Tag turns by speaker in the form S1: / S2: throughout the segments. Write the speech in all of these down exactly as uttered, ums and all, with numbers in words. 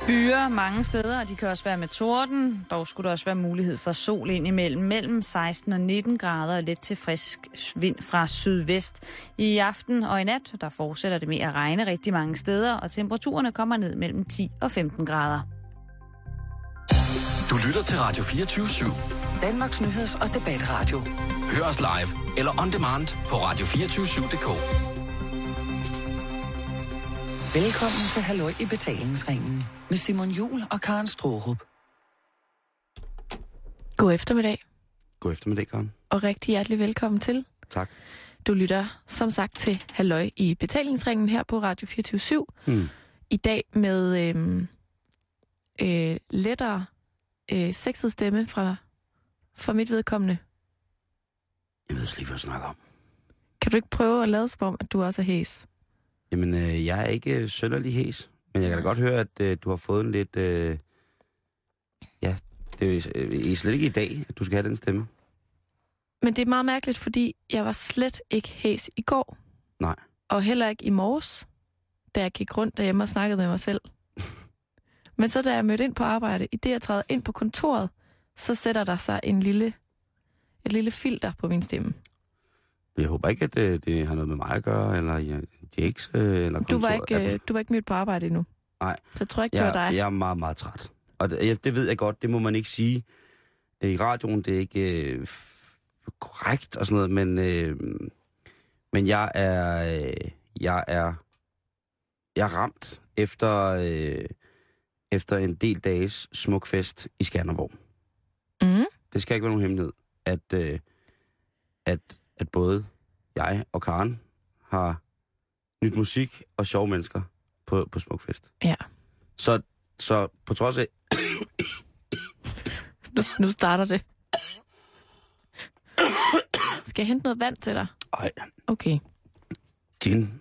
S1: Byer mange steder, og de kan også være med torden. Dog skulle der også være mulighed for sol ind imellem. Mellem seksten og nitten grader og let til frisk vind fra sydvest. I aften og i nat, der fortsætter det med at regne rigtig mange steder, og temperaturerne kommer ned mellem ti og femten grader.
S2: Du lytter til Radio fireogtyve syv.
S3: Danmarks nyheds- og debatradio.
S2: Hør os live eller on demand på radio to fire syv punktum d k.
S3: Velkommen til Halløj i betalingsringen med Simon Juhl og Karen Straarup.
S4: God eftermiddag.
S5: God eftermiddag, Karen.
S4: Og rigtig hjertelig velkommen til.
S5: Tak.
S4: Du lytter som sagt til Halløj i betalingsringen her på Radio fireogtyve syv.
S5: Hmm.
S4: I dag med øh, øh, lettere øh, sexet stemme fra, fra mit vedkommende.
S5: Jeg ved slet ikke, hvad jeg snakker om.
S4: Kan du ikke prøve at lade som om, at du også er hæs?
S5: Jamen, øh, jeg er ikke øh, sønderlig hæs, men jeg kan da godt høre, at øh, du har fået en lidt... Øh, ja, det er øh, slet ikke i dag, at du skal have den stemme.
S4: Men det er meget mærkeligt, fordi jeg var slet ikke hæs i går.
S5: Nej.
S4: Og heller ikke i morges, da jeg gik rundt derhjemme og snakkede med mig selv. Men så da jeg mødte ind på arbejde, i det jeg træder ind på kontoret, så sætter der sig en lille, et lille filter på min stemme.
S5: Jeg håber ikke, at det, det har noget med mig at gøre, eller ja, Jakes, eller kontor.
S4: Du var ikke, øh, du var ikke mødt på arbejde endnu?
S5: Nej.
S4: Så jeg tror ikke,
S5: jeg,
S4: det var dig.
S5: Jeg er meget, meget træt. Og det, det ved jeg godt, det må man ikke sige. I radioen, det er ikke øh, korrekt og sådan noget, men, øh, men jeg er, øh, jeg er, jeg er ramt efter, øh, efter en del dages smukfest i Skanderborg.
S4: Mm.
S5: Det skal ikke være nogen hemmelighed, at, øh, at at både jeg og Karen har nyt musik og sjove mennesker på, på Smukfest.
S4: Ja.
S5: Så, så på trods af...
S4: nu, nu starter det. Skal jeg hente noget vand til dig?
S5: Ej.
S4: Okay.
S5: Gin.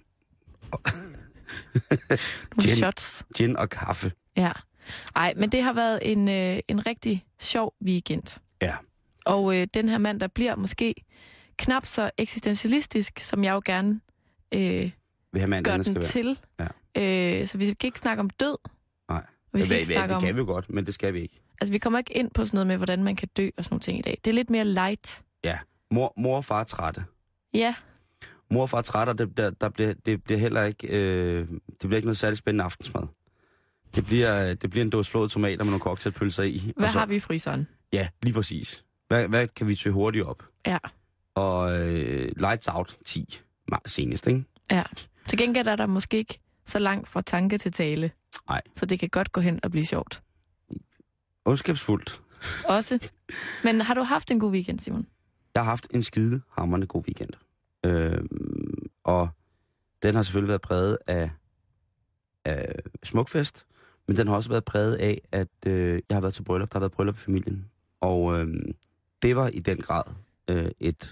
S4: Nogle shots.
S5: Gin og kaffe.
S4: Ja. Ej, men det har været en, øh, en rigtig sjov weekend.
S5: Ja.
S4: Og øh, den her mand, der bliver måske knap så eksistentialistisk, som jeg jo gerne øh,
S5: mand,
S4: gør den
S5: skal
S4: til.
S5: Ja.
S4: Øh, så vi skal ikke snakke om død.
S5: Nej.
S4: Vi skal
S5: ja,
S4: ikke
S5: ja,
S4: snakke
S5: det kan
S4: om...
S5: vi godt, men det skal vi ikke.
S4: Altså, vi kommer ikke ind på sådan noget med, hvordan man kan dø og sådan nogle ting i dag. Det er lidt mere light.
S5: Ja. Mor, mor og far er trætte.
S4: Ja.
S5: Mor og far er trætte, og det, der, der bliver, det bliver heller ikke, øh, det bliver ikke noget særligt spændende aftensmad. Det bliver, det bliver en dåse flåede tomater med nogle cocktailpølser i.
S4: Hvad
S5: så,
S4: har vi i fryseren?
S5: Ja, lige præcis. Hvad, hvad kan vi søge hurtigt op?
S4: Ja.
S5: Og øh, lights out ti senest, ikke?
S4: Ja. Til gengæld er der måske ikke så langt fra tanke til tale.
S5: Nej.
S4: Så det kan godt gå hen og blive sjovt.
S5: Ondskabsfuldt.
S4: Også. Men har du haft en god weekend, Simon?
S5: Jeg har haft en skide hamrende god weekend. Øh, og den har selvfølgelig været præget af, af smukfest, men den har også været præget af, at øh, jeg har været til bryllup. Der har været bryllup i familien. Og øh, det var i den grad øh, et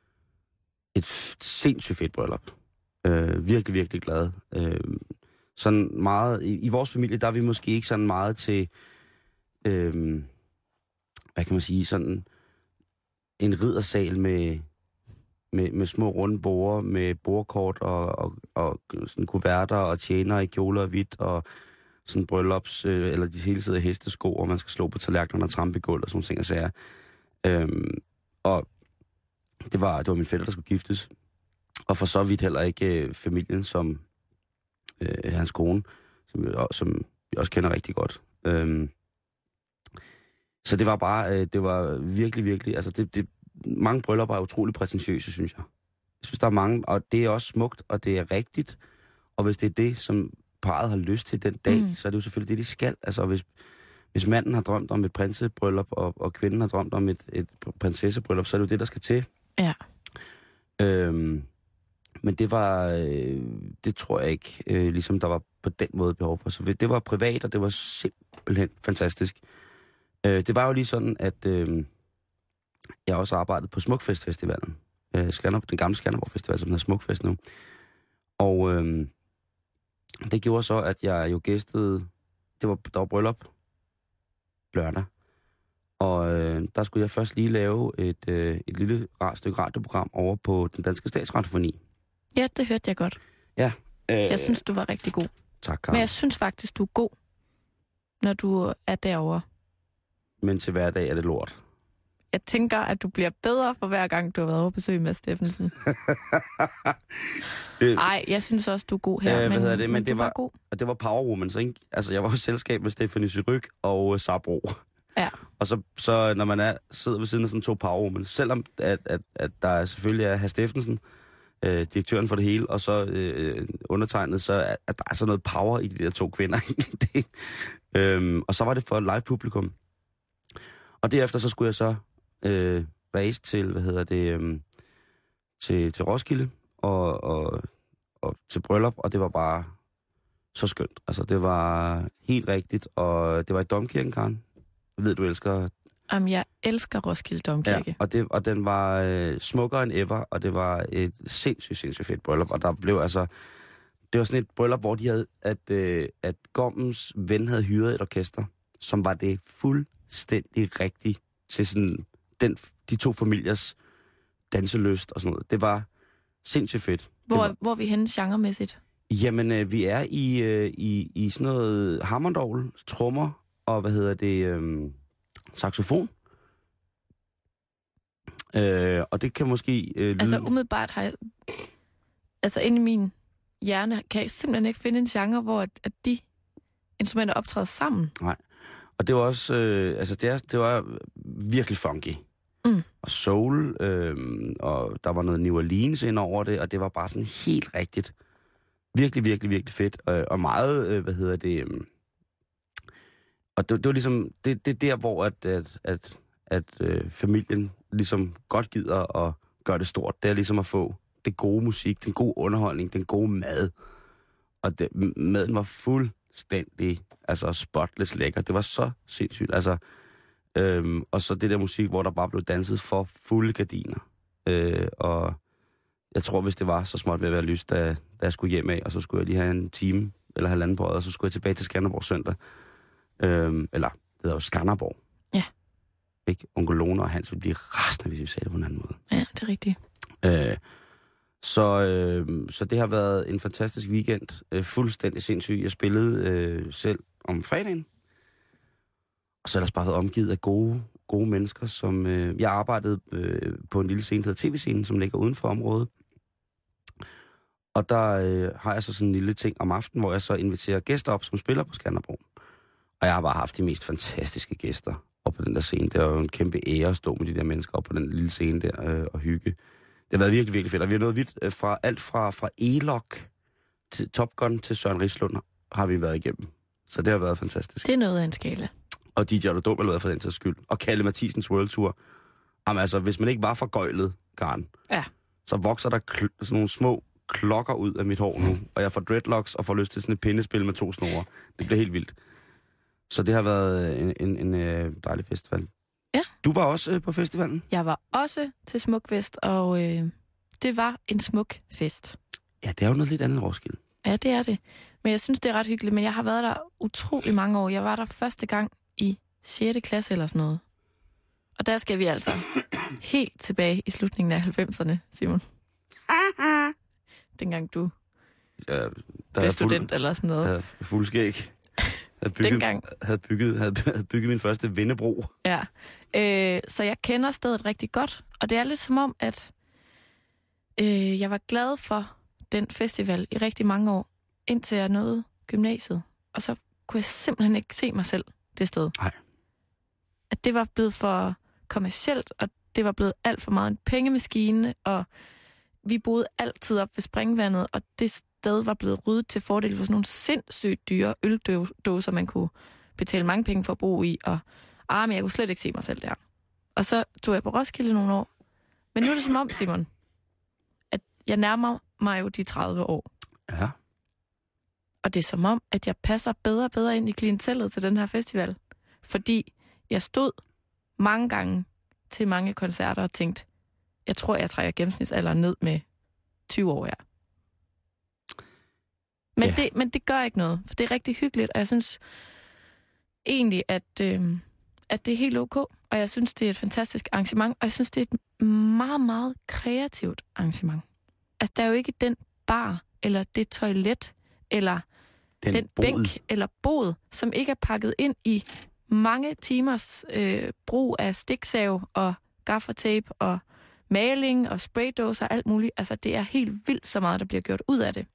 S5: et sindssygt fedt bryllup. Øh, virkelig, virkelig glad. Øh, sådan meget, i, i vores familie, der er vi måske ikke sådan meget til, øh, hvad kan man sige, sådan en riddersal med, med, med små runde borde, med bordkort og, og, og sådan kuverter og tjenere i kjoler og hvidt, og sådan bryllups, øh, eller de hele sidder hestesko, og man skal slå på tallerkenerne og trampe i gulv og sådan ting og sager. Øh, og Det var, det var min fætter, der skulle giftes. Og for så vidt heller ikke øh, familien, som øh, hans kone, som, som vi også kender rigtig godt. Øhm, så det var bare, øh, det var virkelig, virkelig, altså det, det, mange bryllupper er utrolig prætentiøse, synes jeg. Jeg synes, der er mange, og det er også smukt, og det er rigtigt. Og hvis det er det, som parret har lyst til den dag, mm. så er det jo selvfølgelig det, de skal. Altså hvis, hvis manden har drømt om et prinsebryllup, og, og kvinden har drømt om et, et prinsessebryllup, så er det jo det, der skal til.
S4: Ja.
S5: Øhm, men det var, øh, det tror jeg ikke, øh, ligesom der var på den måde behov for. Så det var privat, og det var simpelthen fantastisk. Øh, det var jo lige sådan, at øh, jeg også arbejdede på Smukfest-festivalen. Øh, Skanderborg, den gamle Skanderborg Festival, som hedder Smukfest nu. Og øh, det gjorde så, at jeg jo gæstede, det var, der var bryllup lørdag. Og øh, der skulle jeg først lige lave et, øh, et lille rart stykke radioprogram over på den danske statsradiofoni.
S4: Ja, det hørte jeg godt.
S5: Ja. Øh,
S4: jeg synes, du var rigtig god.
S5: Tak, Karen.
S4: Men jeg synes faktisk, du er god når du er derovre?
S5: Men til hverdag er det lort.
S4: Jeg tænker, at du bliver bedre for hver gang, du har været over besøg med Steffensen. Nej, jeg synes også, du er god her,
S5: øh,
S4: men,
S5: det? men,
S4: men
S5: det
S4: du var,
S5: var
S4: god.
S5: Og det var Power Woman, så ikke? Altså, jeg var i selskab med Stephanie Syryk og uh, Sabro.
S4: Ja.
S5: Og så, så når man er, sidder ved siden af sådan to Power Woman, selvom at, at, at der selvfølgelig er Hr. Steffensen, øh, direktøren for det hele, og så øh, undertegnet, så er, at der er sådan noget power i de der to kvinder. det, øhm, og så var det for live publikum. Og derefter så skulle jeg så øh, race til, hvad hedder det, øh, til, til Roskilde og, og, og til bryllup, og det var bare så skønt. Altså, det var helt rigtigt, og det var i Domkirken, Karen. Jeg ved, du elsker...
S4: Jamen, jeg elsker Roskilde Domkirke.
S5: Ja, og, det, og den var øh, smukkere end ever, og det var et sindssygt, sindssygt fedt bryllup, og der blev altså... Det var sådan et bryllup, hvor de havde, at, øh, at Gommens ven havde hyret et orkester, som var det fuldstændig rigtigt til sådan den, de to familiers danselyst og sådan noget. Det var sindssygt fedt.
S4: Hvor,
S5: var,
S4: hvor er vi henne genremæssigt?
S5: Jamen, øh, vi er i, øh, i, i sådan noget hammondorgel, trommer og, hvad hedder det, øh, saxofon. Øh, og det kan måske... Øh, lyde...
S4: Altså, umiddelbart har jeg... Altså, inde i min hjerne kan jeg simpelthen ikke finde en genre, hvor at, at de instrumenter optræder sammen.
S5: Nej. Og det var også... Øh, altså, det, er, det var virkelig funky.
S4: Mm.
S5: Og soul, øh, og der var noget New Orleans ind over det, og det var bare sådan helt rigtigt. Virkelig, virkelig, virkelig fedt. Øh, og meget, øh, hvad hedder det... Øh, og det, det var ligesom... Det, det er der, hvor at, at, at, at øh, familien ligesom godt gider at gøre det stort. Det er ligesom at få det gode musik, den gode underholdning, den gode mad. Og det, maden var fuldstændig, altså spotless lækker. Det var så sindssygt. Altså, øhm, og så det der musik, hvor der bare blev danset for fulde gardiner. Øh, og jeg tror, hvis det var så småt ved at være lyst, da, da jeg skulle hjem af, og så skulle jeg lige have en time eller halvanden på øjet, og så skulle jeg tilbage til Skanderborg søndag. Øhm, eller, det hedder jo Skanderborg.
S4: Ja.
S5: Ikke? Onkel Lone og Hans ville blive rasende, hvis vi sagde det på en anden måde.
S4: Ja, det er rigtigt.
S5: Øh, så, øh, så det har været en fantastisk weekend. Øh, fuldstændig sindssygt. Jeg spillede øh, selv om fredagen. Og så er der bare været omgivet af gode, gode mennesker, som... Øh, jeg arbejdede øh, på en lille scene, der hedder T V-scenen, som ligger uden for området. Og der øh, har jeg så sådan en lille ting om aftenen, hvor jeg så inviterer gæster op, som spiller på Skanderborg. Og jeg har bare haft de mest fantastiske gæster op på den der scene. Det var jo en kæmpe ære at stå med de der mennesker op på den lille scene der øh, og hygge. Det har været virkelig, virkelig fedt. Og vi har nået vidt øh, fra alt fra, fra E-Lok til Top Gun til Søren Rislund har vi været igennem. Så det har været fantastisk.
S4: Det er noget af en skala.
S5: Og D J Dum har været for den til skyld. Og Kalle Mathisens World Tour. Jamen altså, hvis man ikke var for gøjlet, Karen,
S4: ja.
S5: så vokser der kl- sådan nogle små klokker ud af mit hår nu. Og jeg får dreadlocks og får lyst til sådan et pindespil med to snore. Det bliver helt vildt. Så det har været en, en, en øh, dejlig festival.
S4: Ja.
S5: Du var også øh, på festivalen?
S4: Jeg var også til Smukfest, og øh, det var en smuk fest.
S5: Ja, det er jo noget lidt andet Roskilde.
S4: Ja, det er det. Men jeg synes, det er ret hyggeligt. Men jeg har været der utrolig mange år. Jeg var der første gang i sjette klasse eller sådan noget. Og der skal vi altså helt tilbage i slutningen af halvfemserne, Simon. Dengang du
S5: ja, der
S4: blev student fuld, eller sådan noget.
S5: Havde fuldskæg. Havde bygget,
S4: Dengang.
S5: Havde bygget, havde, havde bygget min første vennebro.
S4: Ja, øh, så jeg kender stedet rigtig godt. Og det er lidt som om, at øh, jeg var glad for den festival i rigtig mange år, indtil jeg nåede gymnasiet. Og så kunne jeg simpelthen ikke se mig selv det sted.
S5: Nej.
S4: At det var blevet for kommercielt, og det var blevet alt for meget en pengemaskine, og vi boede altid op ved springvandet, og det sted var blevet ryddet til fordel for sådan nogle sindssygt dyre øldåser, man kunne betale mange penge for at bo i, og ah, men jeg kunne slet ikke se mig selv der. Og så tog jeg på Roskilde nogle år. Men nu er det som om, Simon, at jeg nærmer mig jo de tredive år.
S5: Ja.
S4: Og det er som om, at jeg passer bedre og bedre ind i klientellet til den her festival. Fordi jeg stod mange gange til mange koncerter og tænkte, jeg tror, jeg trækker gennemsnitsalderen ned med tyve år her. Men, ja. det, men det gør ikke noget, for det er rigtig hyggeligt, og jeg synes egentlig, at, øh, at det er helt ok, og jeg synes, det er et fantastisk arrangement, og jeg synes, det er et meget, meget kreativt arrangement. Altså, der er jo ikke den bar, eller det toilet, eller
S5: Den,
S4: den
S5: bod.
S4: bænk eller bod, som ikke er pakket ind i mange timers øh, brug af stiksav og gaffertape og maling og spraydåser og alt muligt. Altså, det er helt vildt så meget, der bliver gjort ud af det.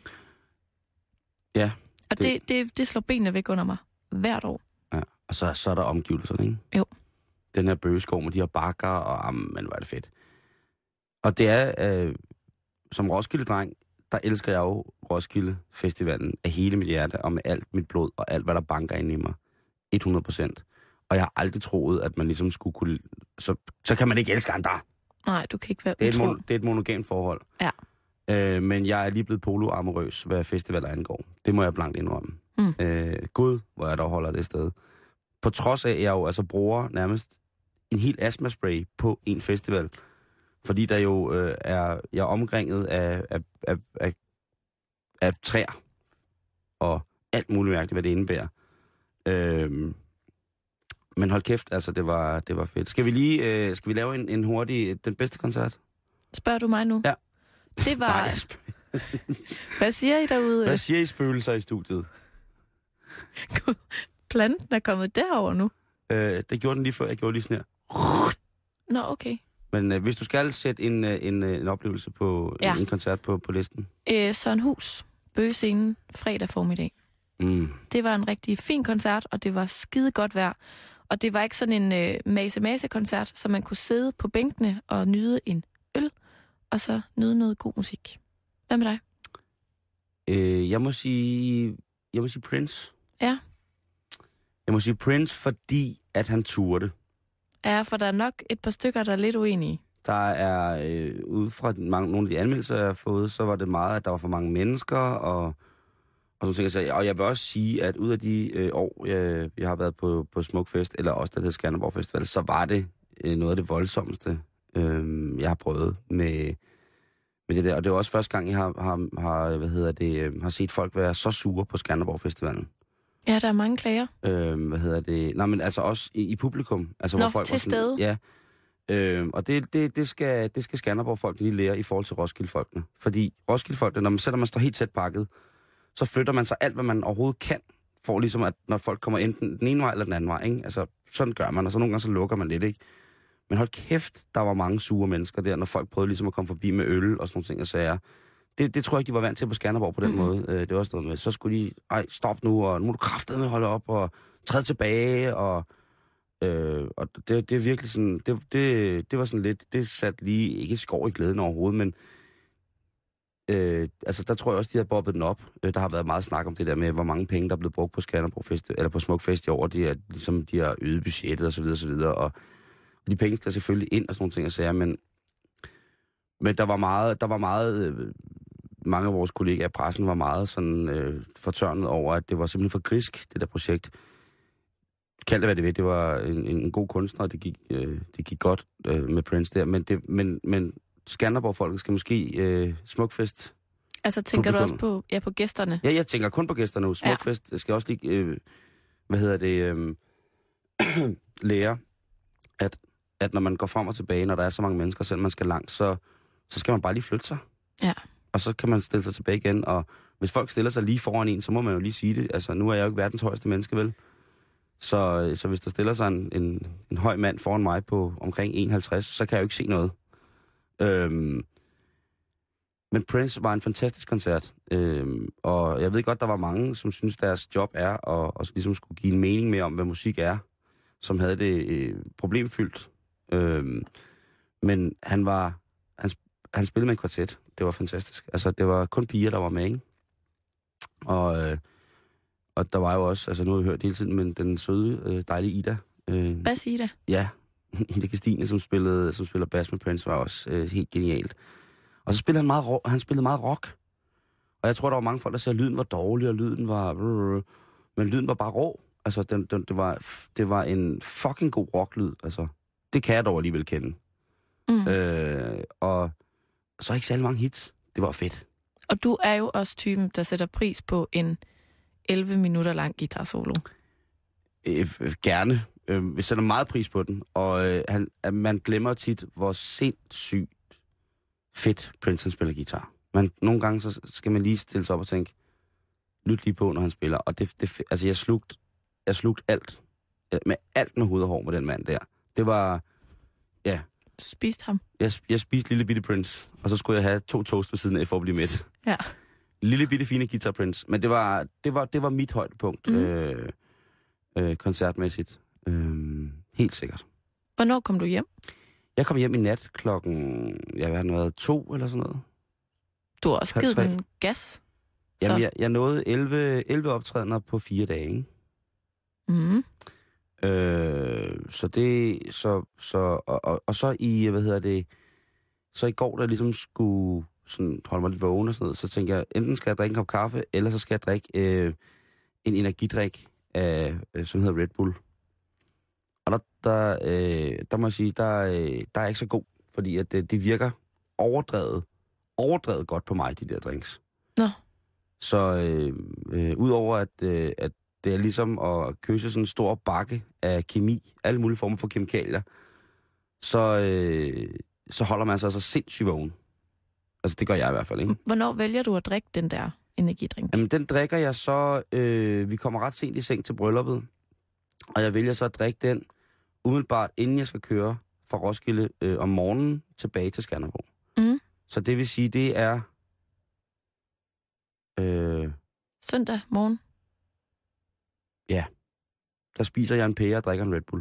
S5: Ja.
S4: Og det, det, det, det slår benene væk under mig hvert år.
S5: Ja, og så, så er der omgivelserne, ikke?
S4: Jo.
S5: Den her bøgeskov med de her bakker, og men hvor er det fedt. Og det er, øh, som Roskilde-dreng, der elsker jeg jo Roskilde Festivalen af hele mit hjerte, og med alt mit blod, og alt, hvad der banker ind i mig. hundrede procent. Og jeg har aldrig troet, at man ligesom skulle kunne... Så, så kan man ikke elske andre.
S4: Nej, du kan ikke være
S5: det er,
S4: utro.
S5: et, det er et monogamt forhold.
S4: Ja.
S5: Øh, men jeg er lige blevet polo-amorøs, hvad festivaler angår. Det må jeg blankt indrømme.
S4: Mm.
S5: Øh, Gud, hvor jeg dog holder det sted. På trods af, at jeg jo altså bruger nærmest en helt astmaspray på en festival. Fordi der jo øh, er... Jeg er omringet af, af, af, af, af træer. Og alt muligt mærkeligt, hvad det indebærer. Øh, men hold kæft, altså det var, det var fedt. Skal vi lige øh, skal vi lave en, en hurtig, den bedste koncert?
S4: Spørger du mig nu?
S5: Ja.
S4: Det var...
S5: Nej, sp-
S4: Hvad siger I derude?
S5: Hvad siger I spøgelser i studiet?
S4: Planten er kommet derover nu.
S5: Øh, det gjorde den lige før, jeg gjorde lige sådan her.
S4: Nå, okay.
S5: Men øh, hvis du skal sætte en, en, en oplevelse på
S4: Ja.
S5: en, en koncert på, på listen.
S4: Øh, Søren Hus, Bøgescenen, fredag formiddag.
S5: Mm.
S4: Det var en rigtig fin koncert, og det var skide godt vejr. Og det var ikke sådan en øh, mase-mase-koncert, så man kunne sidde på bænkene og nyde en øl, og så nyde noget god musik. Hvad med dig?
S5: Øh, jeg må sige, jeg må sige Prince.
S4: Ja.
S5: Jeg må sige Prince, fordi at han turde.
S4: Ja, for der er nok et par stykker, der er lidt uenige.
S5: Der er, øh, ud fra mange, nogle af de anmeldelser, jeg har fået, så var det meget, at der var for mange mennesker, og, og sådan ting. Og jeg vil også sige, at ud af de øh, år, jeg, jeg har været på, på Smukfest, eller også der hedder Skanderborg Festival, så var det øh, noget af det voldsomste, øh, jeg har prøvet med, med det der. Og det er også første gang, jeg har, har, har, hvad hedder det, øh, har set folk være så sure på Skanderborg Festivalen.
S4: Ja, der er mange klager.
S5: Øh, hvad hedder det? Nej, men altså også i, i publikum. Altså,
S4: Nå,
S5: hvor folk
S4: til
S5: var sådan,
S4: stede.
S5: Ja. Øh, og det, det, det skal, det skal Skanderborg-folk lige lære i forhold til Roskilde-folkene. Fordi Roskilde-folkene, når man, selvom man står helt tæt pakket, så flytter man sig alt, hvad man overhovedet kan, for ligesom at, når folk kommer enten den ene vej eller den anden vej, ikke? Altså, sådan gør man, og så nogle gange så lukker man lidt, ikke? Men hold kæft, der var mange sure mennesker der, når folk prøvede ligesom at komme forbi med øl og sådan nogle ting og sager. Det, det tror jeg ikke, de var vant til på Skanderborg på den mm. måde. Øh, det var også noget med, så skulle de, ej, stop nu, og nu må du kraftedeme holde op, og træde tilbage, og, øh, og det, det er virkelig sådan, det, det, det var sådan lidt, det satte lige, ikke skov i glæden overhovedet, men øh, altså der tror jeg også, de har bobbet den op. Øh, der har været meget snak om det der med, hvor mange penge, der er blevet brugt på Skanderborg Fest, eller på Smukfest i år, de, er, ligesom, de har øget budgettet, og så videre, og så videre, og, og de penge skal selvfølgelig ind, og sådan nogle ting og sager, men Men der var meget, der var meget, øh, mange af vores kollegaer i pressen var meget sådan øh, fortørnet over, at det var simpelthen for grisk, det der projekt. Kald det, hvad det ved, det var en, en god kunstner, det gik, øh, det gik godt øh, med Prince der, men, det, men, men Skanderborg-folket skal måske øh, Smukfest.
S4: Altså tænker
S5: publikum.
S4: du også på, ja, på gæsterne?
S5: Ja, jeg tænker kun på gæsterne nu. Smukfest ja. Skal også lige, øh, hvad hedder det, øh, lære, at, at når man går frem og tilbage, når der er så mange mennesker, selvom man skal langt, så så skal man bare lige flytte sig.
S4: Ja.
S5: Og så kan man stille sig tilbage igen, og hvis folk stiller sig lige foran en, så må man jo lige sige det. Altså, nu er jeg jo ikke verdens højeste menneske, vel? Så, så hvis der stiller sig en, en, en høj mand foran mig på omkring en komma halvtreds, så kan jeg jo ikke se noget. Øhm, men Prince var en fantastisk koncert, øhm, og jeg ved godt, der var mange, som synes deres job er, at, at ligesom skulle give en mening med om, hvad musik er, som havde det øh, problemfyldt. Øhm, men han var... Han, han spillede med en kvartet. Det var fantastisk. Altså, det var kun piger, der var med, ikke? Og, øh, og der var jo også, altså nu har jeg hørt hele tiden, men den søde, øh, dejlige Ida. Øh,
S4: Bas Ida?
S5: Ja, Ida Christine, som, spillede, som spiller bass med Prince, var også øh, helt genialt. Og så spillede han meget, ro- han spillede meget rock. Og jeg tror, der var mange folk, der sagde, at lyden var dårlig, og lyden var... Men lyden var bare rå. Altså, den, den, det, var, det var en fucking god rocklyd. Altså, det kan jeg dog alligevel kende. Mm. Øh, og så ikke særlig mange hits. Det var fedt.
S4: Og du er jo også typen, der sætter pris på en elleve minutter lang guitar-solo.
S5: Øh, gerne. Øh, vi sætter meget pris på den. Og øh, han, man glemmer tit, hvor sindssygt fedt Prince spiller guitar. Man, nogle gange så skal man lige stille sig op og tænke, lyt lige på, når han spiller. Og det, det, altså, jeg slugte jeg slugt alt. Med alt med hud og hår med den mand der. Det var, ja.
S4: Du spiste ham?
S5: Jeg, jeg spiste Lille Bitte Prince, og så skulle jeg have to toast ved siden af for at blive mæt.
S4: Ja.
S5: Lille Bitte Fine Guitar Prince. Men det var, det var, det var mit højdepunkt, mm. øh, øh, koncertmæssigt. Øh, helt sikkert.
S4: Hvornår kom du hjem?
S5: Jeg kom hjem i nat klokken, jeg var noget to eller sådan noget.
S4: Du har også givet den gas.
S5: Jamen, jeg, jeg nåede elleve, elleve optrædener på fire dage, ikke?
S4: Mm.
S5: Øh, så det, så, så, og, og, og så i, hvad hedder det, så i går, der ligesom skulle sådan holde mig lidt vågen og sådan noget, så tænkte jeg, enten skal jeg drikke en kop kaffe, eller så skal jeg drikke øh, en energidrik, af, som hedder Red Bull. Og der, der, øh, der må jeg sige, der, øh, der er ikke så god, fordi at det, det virker overdrevet, overdrevet godt på mig, de der drinks.
S4: Nå.
S5: Så øh, øh, udover at, øh, at det er ligesom at kysse sådan en stor bakke af kemi, alle mulige former for kemikalier, så, øh, så holder man sig altså sindssygt vågen. Altså det gør jeg i hvert fald, ikke?
S4: Hvornår vælger du at drikke den der energidrink?
S5: Jamen den drikker jeg så, øh, vi kommer ret sent i seng til brylluppet, og jeg vælger så at drikke den umiddelbart, inden jeg skal køre fra Roskilde øh, om morgenen tilbage til Skanderborg.
S4: Mm.
S5: Så det vil sige, det er... Øh,
S4: Søndag morgen?
S5: Ja. Der spiser jeg en pære og drikker en Red Bull.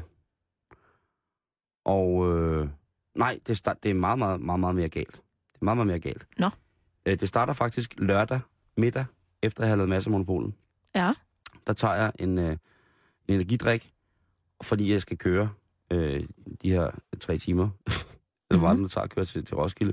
S5: Og... Øh, nej, det, start, det er meget, meget, meget, meget mere galt. Det er meget, meget mere galt.
S4: Nå.
S5: Øh, det starter faktisk lørdag middag, efter jeg har lavet masser af Monopolet.
S4: Ja.
S5: Der tager jeg en, øh, en energidrik, fordi jeg skal køre øh, de her tre timer. Eller hvor meget det tager at køre til, til Roskilde.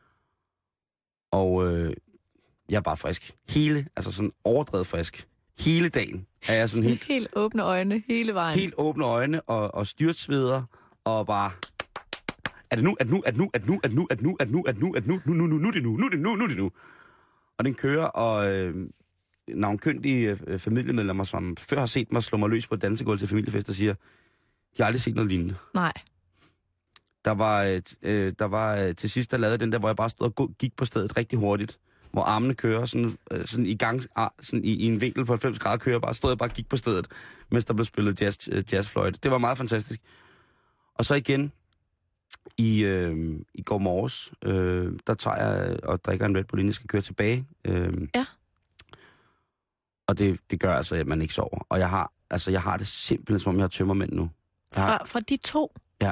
S5: Og øh, jeg er bare frisk. Hele, altså sådan overdrevet frisk. Hele dagen er jeg sådan helt...
S4: Helt åbne øjne hele vejen.
S5: Helt åbne øjne og, og styrtsveder og bare... Er det nu, er det nu, er det nu, er det nu, er det nu, er det nu, er det nu, er det nu, er det nu, nu, nu, nu, nu, er det nu, nu, er det nu, nu, er det nu. Og den kører, og øh, navnkyndige øh, familiemedlemmer, som før har set mig slå mig løs på et dansegulv til familiefester, siger, de har aldrig set noget lignende.
S4: Nej.
S5: Der var, øh, der var øh, til sidst, der lavede den der, hvor jeg bare stod og gik på stedet rigtig hurtigt, hvor armene kører sådan, øh, sådan i gang, ah, sådan i, i en vinkel på halvfems grader kører, bare stod jeg bare og gik på stedet, mens der blev spillet jazz, øh, jazzfløjte. Det var meget fantastisk. Og så igen, i, øh, i går morges, øh, der tager jeg og drikker en Red Bull, inden jeg skal køre tilbage. Øh,
S4: ja.
S5: Og det, det gør altså, at man ikke sover. Og jeg har, altså, jeg har det simpelthen, som om jeg har tømmermænd nu. Jeg
S4: fra,
S5: har,
S4: fra de to?
S5: Ja.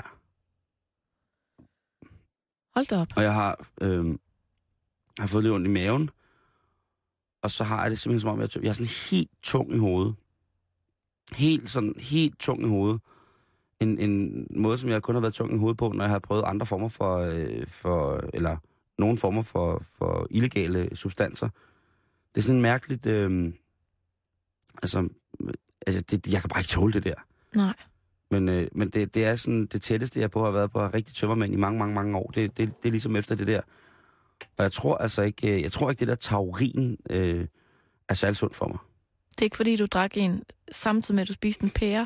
S4: Hold da op.
S5: Og jeg har, øh, har fået lidt ondt i maven. Og så har jeg det simpelthen, som om jeg, jeg er sådan helt tung i hovedet. Helt sådan, helt tung i hovedet. En, en måde, som jeg kun har været tung i hovedet på, når jeg har prøvet andre former for, øh, for eller nogle former for, for illegale substanser. Det er sådan mærkeligt, øh, altså, altså det, jeg kan bare ikke tåle det der.
S4: Nej.
S5: Men, øh, men det, det er sådan det tætteste, jeg på har været på at rigtig tømmermænd i mange, mange, mange år. Det, det, det er ligesom efter det der. Og jeg tror altså ikke, jeg tror ikke det der taurin øh, er særlig sundt for mig.
S4: Det er ikke fordi, du drak en samtidig med, at du spiste en pære?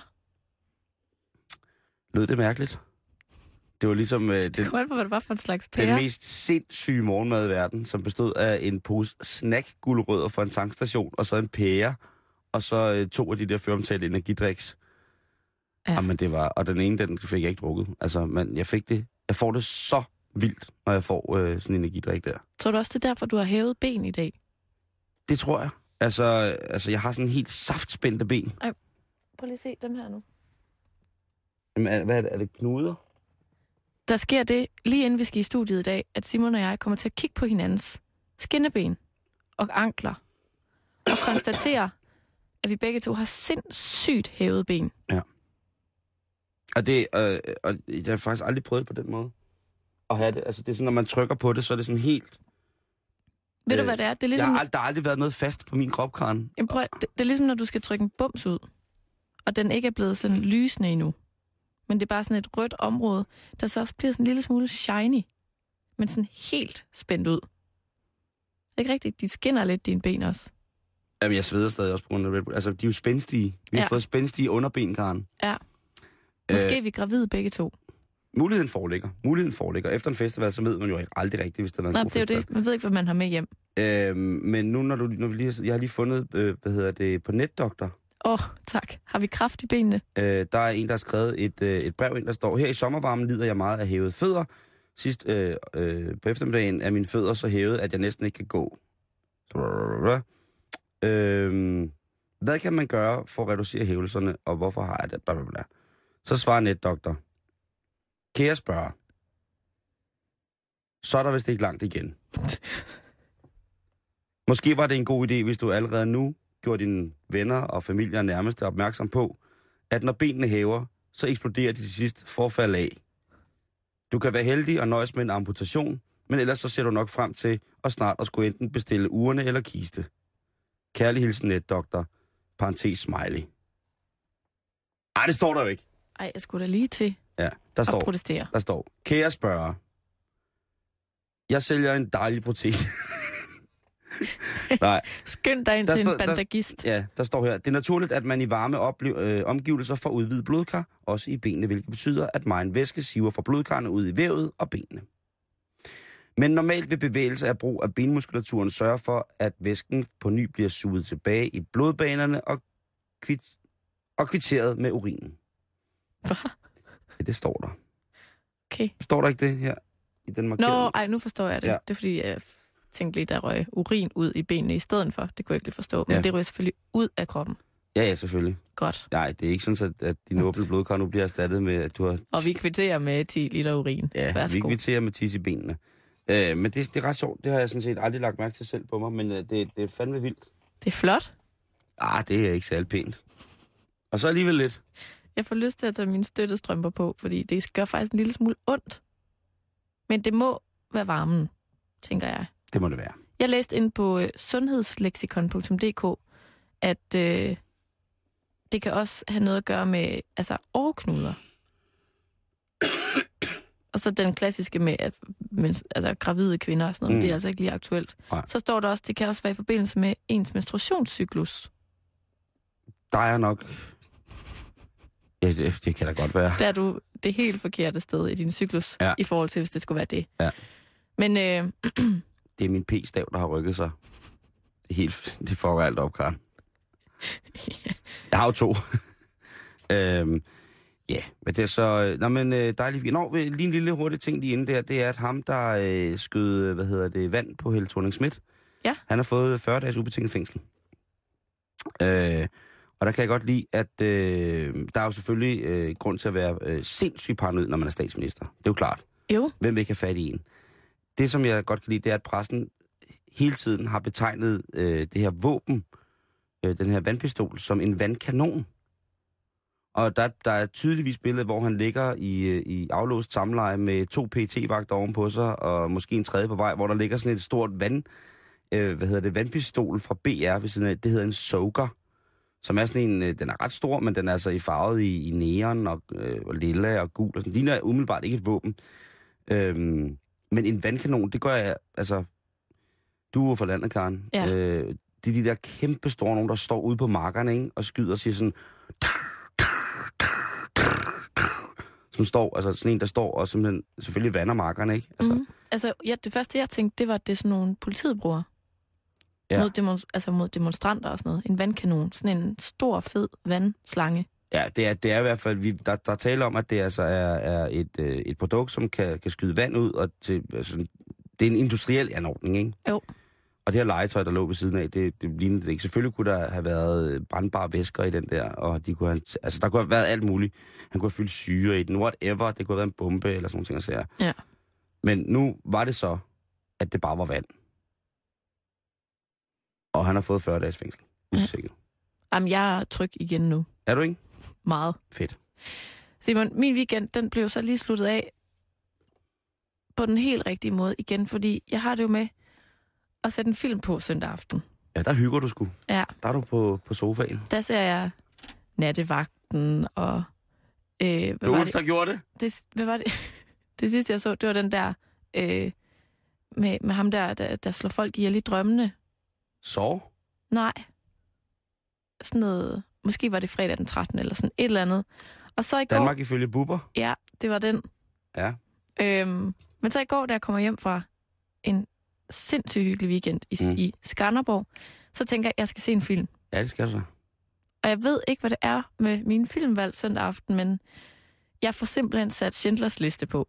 S5: Lød det mærkeligt? Det var ligesom øh,
S4: det, på, hvad det var for en slags pære.
S5: Den mest sindssyge morgenmad i verden, som bestod af en pose snack-gulerødder fra en tankstation, og så en pære, og så øh, to af de der føromtalte energidriks. Ja. Jamen, det var, og den ene, den fik jeg ikke drukket. Altså, men jeg fik det, jeg får det så vildt, når jeg får øh, sådan en energidrik der.
S4: Tror du også, det er derfor, du har hævet ben i dag?
S5: Det tror jeg. Altså, altså jeg har sådan en helt saftspændte ben.
S4: Ej, prøv lige at se dem her nu.
S5: Jamen, er, hvad er det? Er det knuder?
S4: Der sker det, lige inden vi skal i studiet i dag, at Simon og jeg kommer til at kigge på hinandens skinneben og ankler, og konstatere, at vi begge to har sindssygt hævet ben.
S5: Ja. Og det, øh, og jeg har faktisk aldrig prøvet på den måde at have det. Altså, det er sådan, når man trykker på det, så er det sådan helt...
S4: Ved
S5: øh,
S4: du, hvad det er? Det er ligesom...
S5: jeg har, der har aldrig været noget fast på min kropkran.
S4: Jamen, prøv, det, det er ligesom, når du skal trykke en bums ud, og den ikke er blevet sådan lysende endnu. Men det er bare sådan et rødt område, der så også bliver sådan en lille smule shiny, men sådan helt spændt ud. Det er ikke rigtigt. De skinner lidt dine ben også.
S5: Jamen, jeg sveder stadig også på grund af Red Bull. Altså, de er jo spændstige. Vi har ja. fået spændstige underbenkaren.
S4: Ja. Måske er vi gravide begge to.
S5: Muligheden foreligger. Muligheden foreligger. Efter en festival, så ved man jo aldrig rigtigt, hvis det er en
S4: Nej,
S5: god
S4: det er
S5: festival.
S4: jo det. Man ved ikke, hvad man har med hjem.
S5: Øhm, men nu, når du, når vi lige, jeg har lige fundet, øh, hvad hedder det, på NetDoktor.
S4: Åh, oh, tak. Har vi kraft i benene?
S5: Øh, der er en, der har skrevet et, øh, et brev ind, der står, her i sommervarmen lider jeg meget af hævede fødder. Sidst øh, øh, på eftermiddagen er mine fødder så hævet, at jeg næsten ikke kan gå. Øh, hvad kan man gøre for at reducere hævelserne, og hvorfor har jeg det? Blablabla. Så svarer NetDoktor. Kære spørger, så er der vist ikke langt igen. Måske var det en god idé, hvis du allerede nu gjorde dine venner og familie og nærmeste opmærksom på, at når benene hæver, så eksploderer de til sidst forfald af. Du kan være heldig og nøjes med en amputation, men ellers så ser du nok frem til at snart at skulle enten bestille urne eller kiste. Kærlig hilsen, NetDoktor. Parentes smiley. Ej, det står der jo ikke.
S4: Ej, jeg skulle da lige til
S5: Ja, der
S4: at
S5: står,
S4: protestere.
S5: der står, kære spørger, jeg sælger en dejlig protese. Nej.
S4: Skynd dig ind
S5: Der
S4: til
S5: står-
S4: en bandagist.
S5: Ja, der står her. Det er naturligt, at man i varme oplev- øh, omgivelser får udvidet blodkar, også i benene, hvilket betyder, at megen væske siver fra blodkarrene ud i vævet og benene. Men normalt vil bevægelse af brug af benmuskulaturen sørge for, at væsken på ny bliver suget tilbage i blodbanerne og, kvit- og kvitteret med urinen.
S4: Hvad?
S5: Ja, det står der.
S4: Okay.
S5: Står der ikke det her i den markering?
S4: Nå, ej, nu forstår jeg det.
S5: Ja.
S4: Ja. Det er fordi, jeg tænkte lige, der røg urin ud i benene i stedet for. Det kunne jeg ikke lige forstå. Men
S5: Ja.
S4: ja. det røg selvfølgelig ud af kroppen.
S5: Ja, ja, selvfølgelig.
S4: Godt.
S5: Nej, det er ikke sådan, at, at din åbne blodkar nu bliver erstattet med, at du har...
S4: Og vi kvitterer med ti liter urin.
S5: Ja,
S4: Værsgo.
S5: vi kvitterer med tis i benene. Øh, men det, det er ret sjovt. Det har jeg sådan set aldrig lagt mærke til selv på mig, men øh, det, det er fandme vildt.
S4: Det er flot.
S5: Ah, det er ikke særlig pænt. Og så alligevel lidt.
S4: Jeg får lyst til at tage mine støttestrømper på, fordi det gør faktisk en lille smule ondt. Men det må være varmen, tænker jeg.
S5: Det må det være.
S4: Jeg læste ind på øh, sundhedsleksikon punktum d k, at øh, det kan også have noget at gøre med altså åreknuder. Og så den klassiske med, at, med altså, gravide kvinder og sådan noget,
S5: Mm.
S4: mm. det er altså ikke lige aktuelt.
S5: Nej.
S4: Så står der også, det kan også være i forbindelse med ens menstruationscyklus.
S5: Der er nok... Ja, det, det kan da godt være.
S4: Der er du det helt forkerte sted i din cyklus,
S5: Ja.
S4: i forhold til, hvis det skulle være det.
S5: Ja.
S4: Men øh,
S5: Det er min p-stav, der har rykket sig. Det er helt... Det får alt op, Karen. Jeg har jo to. øhm, ja, men det er så... Nå, men øh, dejligt. Nå, lige en lille hurtig ting lige inden der, det er, at ham, der øh, skød, hvad hedder det, vand på Helle Thorning-Schmidt,
S4: Ja.
S5: han har fået fyrre dages ubetinget fængsel. Øh, og der kan jeg godt lide, at øh, der er jo selvfølgelig øh, grund til at være øh, sindssygt paranoid, når man er statsminister. Det er jo klart.
S4: jo,
S5: Hvem vil ikke have fat i en? Det, som jeg godt kan lide, det er, at pressen hele tiden har betegnet øh, det her våben, øh, den her vandpistol, som en vandkanon. Og der, der er tydeligvis billede, hvor han ligger i, øh, i aflåst samleje med to P T-vagter ovenpå sig, og måske en tredje på vej, hvor der ligger sådan et stort vand, øh, hvad hedder det, vandpistol fra B R ved siden af. Det hedder en Soaker, som er sådan en, øh, den er ret stor, men den er altså i farvet i, i neon og, øh, og lilla og gul. Og sådan. Det ligner umiddelbart ikke et våben. Øhm, men en vandkanon, det gør jeg, altså, du er fra landet, Karen.
S4: Ja.
S5: Øh, det er de der kæmpe store nogen, der står ude på markerne, ikke, og skyder og siger sådan, som står, altså sådan en, der står og simpelthen selvfølgelig vander markerne, ikke? Altså,
S4: mm. altså ja, det første jeg tænkte, det var, at det er sådan nogle politiet bruger.
S5: Ja.
S4: Mod, demon- altså mod demonstranter og sådan noget. En vandkanon. Sådan en stor, fed vandslange.
S5: Ja, det er, det er i hvert fald, vi, der, der taler om, at det altså er, er et, øh, et produkt, som kan, kan skyde vand ud, og til, altså, det er en industriel anordning, ikke?
S4: Jo.
S5: Og det her legetøj, der lå ved siden af, det, det lignede det ikke. Selvfølgelig kunne der have været brandbare væsker i den der, og de kunne have, altså, der kunne have været alt muligt. Han kunne have fyldt syre i den, whatever. Det kunne have været en bombe eller sådan nogle ting,
S4: Ja.
S5: Men nu var det så, at det bare var vand. Og han har fået fyrre dages fængsel. Usikker.
S4: Jamen, jeg er tryg igen nu.
S5: Er du ikke?
S4: Meget.
S5: Fedt.
S4: Simon, min weekend, den blev så lige sluttet af på den helt rigtige måde igen, fordi jeg har det jo med at sætte en film på søndag aften.
S5: Ja, der hygger du sgu.
S4: Ja.
S5: Der er du på, på sofaen.
S4: Der ser jeg Nattevagten og... Øh, hvad
S5: Du
S4: var
S5: Ulf, der gjorde det?
S4: det? Hvad var det? Det sidste, jeg så, det var den der... Øh, med, med ham der, der, der slår folk ihjel i drømmene.
S5: Så?
S4: Nej. Sådan noget... Måske var det fredag den trettende eller sådan et eller andet. Og så i går...
S5: Danmark ifølge Bubber?
S4: Ja, det var den.
S5: Ja.
S4: Øhm, men så i går, da jeg kommer hjem fra en sindssygt hyggelig weekend i,
S5: Mm.
S4: mm. i Skanderborg. Så tænker jeg, at jeg skal se en film.
S5: Ja, det skal du så.
S4: Og jeg ved ikke, hvad det er med mine filmvalg søndag aften, men jeg får simpelthen sat Schindlers Liste på.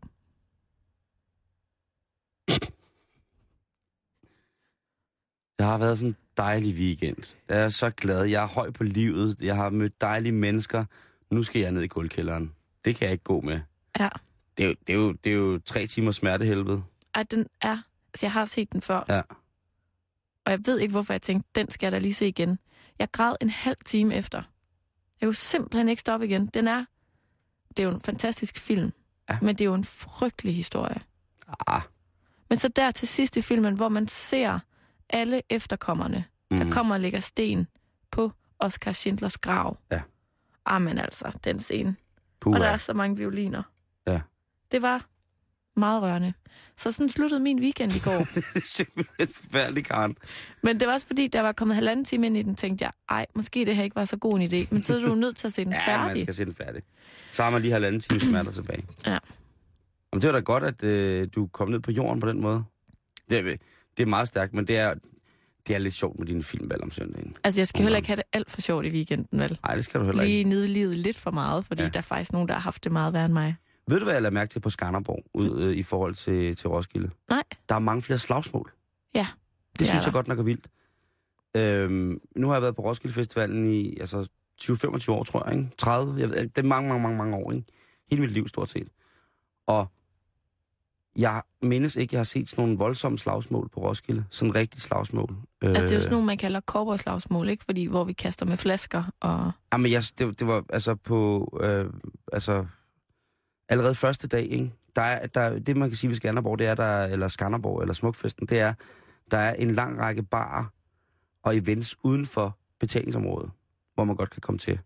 S5: Det har været sådan en dejlig weekend. Jeg er så glad. Jeg er høj på livet. Jeg har mødt dejlige mennesker. Nu skal jeg ned i guldkælderen. Det kan jeg ikke gå med.
S4: Ja.
S5: Det er jo, det er jo, det er jo tre timers smertehelvede.
S4: Ej, den er... Altså, jeg har set den før.
S5: Ja.
S4: Og jeg ved ikke, hvorfor jeg tænkte, den skal jeg da lige se igen. Jeg græd en halv time efter. Jeg kunne simpelthen ikke stoppe igen. Den er... Det er jo en fantastisk film.
S5: Ja.
S4: Men det er jo en frygtelig historie.
S5: Ah.
S4: Men så der til sidst i filmen, hvor man ser alle efterkommerne, mm. der kommer og lægger sten på Oskar Schindlers grav.
S5: Ja.
S4: Ah, men altså, den scene.
S5: Puh,
S4: og der
S5: ja.
S4: er så mange violiner.
S5: Ja.
S4: Det var meget rørende. Så sådan sluttede min weekend i går.
S5: Simpelthen forfærdelig, Karen.
S4: Men det var også fordi, der var kommet halvanden time ind i den, tænkte jeg, ej, måske det her ikke var så god en idé. Men så er du nødt til at se den
S5: ja,
S4: færdig.
S5: man skal se den færdig. Så har man lige halvanden time smerter tilbage.
S4: Ja.
S5: Jamen, det var da godt, at øh, du kom ned på jorden på den måde. Det er, det er meget stærkt, men det er, det er lidt sjovt med dine filmvalg om søndagen.
S4: Altså, jeg skal heller ikke have det alt for sjovt i weekenden, vel?
S5: Nej, det skal du heller
S4: Lige
S5: ikke.
S4: nede i livet lidt for meget, fordi
S5: Ja.
S4: der er faktisk nogen, der har haft det meget værre end mig.
S5: Ved du, hvad jeg lader mærke til på Skanderborg ud, øh, i forhold til, til Roskilde?
S4: Nej.
S5: Der er mange flere slagsmål.
S4: Ja.
S5: Det,
S4: det
S5: synes
S4: der.
S5: jeg godt nok er vildt. Øhm, nu har jeg været på Roskilde Festivalen i altså, tyve til femogtyve år, tror jeg. Ikke? tredive. Jeg ved, det er mange, mange, mange, mange år. Ikke? Hele mit liv, stort set. Og jeg mindes ikke, jeg har set sådan nogle voldsomme slagsmål på Roskilde. Sådan en rigtig slagsmål.
S4: Altså, det er jo sådan nogle, man kalder cowboyslagsmål, ikke? Fordi, hvor vi kaster med flasker og...
S5: Jamen, jeg, det, det var altså på... Øh, altså, allerede første dag, ikke? Der er, der, det, man kan sige ved Skanderborg, det er, der, eller Skanderborg, eller Smukfesten, det er, der er en lang række barer og events uden for betalingsområdet, hvor man godt kan komme til.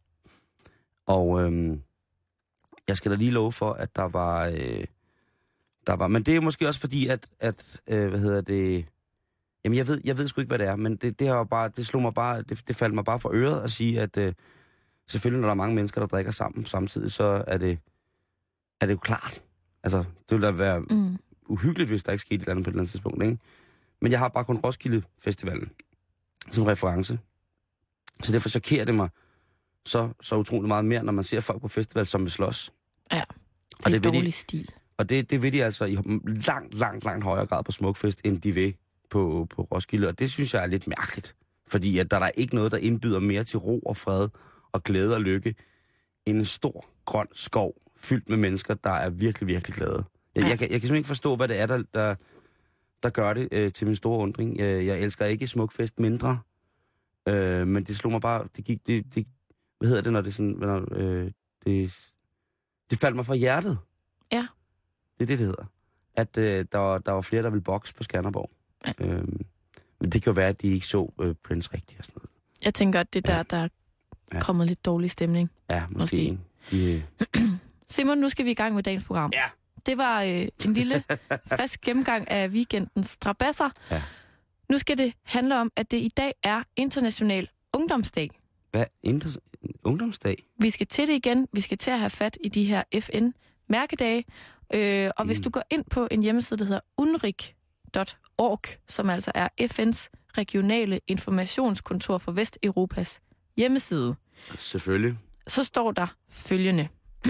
S5: Og øhm, jeg skal da lige love for, at der var... Øh, der var men det er måske også fordi, at... at øh, hvad hedder det... Jamen, jeg ved, jeg ved sgu ikke, hvad det er, men det, det, har bare, det slog mig bare... Det, det faldt mig bare for øret at sige, at øh, selvfølgelig, når der er mange mennesker, der drikker sammen samtidig, så er det, er det jo klart. Altså, det ville da være
S4: Mm.
S5: uhyggeligt, hvis der ikke skete et eller andet på et eller andet tidspunkt, ikke? Men jeg har bare kun Roskilde Festivalen som reference. Så derfor chokerer det mig så, så utroligt meget mere, når man ser folk på festival, som vil slås.
S4: Ja, det
S5: Og
S4: er
S5: det vil
S4: dårlig
S5: de-
S4: stil.
S5: Og det, det vil de altså i langt, langt, langt højere grad på Smukfest, end de vil på, på Roskilde. Og det synes jeg er lidt mærkeligt. Fordi at der er ikke noget, der indbyder mere til ro og fred og glæde og lykke, end en stor, grøn skov, fyldt med mennesker, der er virkelig, virkelig glade. Jeg, jeg, kan, jeg kan simpelthen ikke forstå, hvad det er, der, der, der gør det øh, til min store undring. Jeg, jeg elsker ikke Smukfest mindre, øh, men det slog mig bare... Det gik, det, det, hvad hedder det, når det sådan... Når, øh, det, det faldt mig fra hjertet.
S4: Ja.
S5: Det er det, det hedder. At øh, der, var, der var flere, der ville bokse på Skanderborg.
S4: Ja.
S5: Øhm, men det kan jo være, at de ikke så øh, Prince rigtigt og sådan noget.
S4: Jeg tænker, at det er der,
S5: Ja.
S4: der er
S5: Ja.
S4: kommet lidt dårlig stemning.
S5: Ja, måske.
S4: Måske.
S5: måske. De, øh,
S4: Simon, nu skal vi i gang med dagens program.
S5: Ja.
S4: Det var øh, en lille, frisk gennemgang af weekendens strabasser.
S5: Ja.
S4: Nu skal det handle om, at det i dag er International Ungdomsdag.
S5: hvad? Inter- ungdomsdag?
S4: Vi skal til det igen. Vi skal til at have fat i de her F N-mærkedage. Øh, og mm. hvis du går ind på en hjemmeside, der hedder unrig punktum org, som altså er F N's regionale informationskontor for Vesteuropas hjemmeside,
S5: Selvfølgelig.
S4: så står der følgende.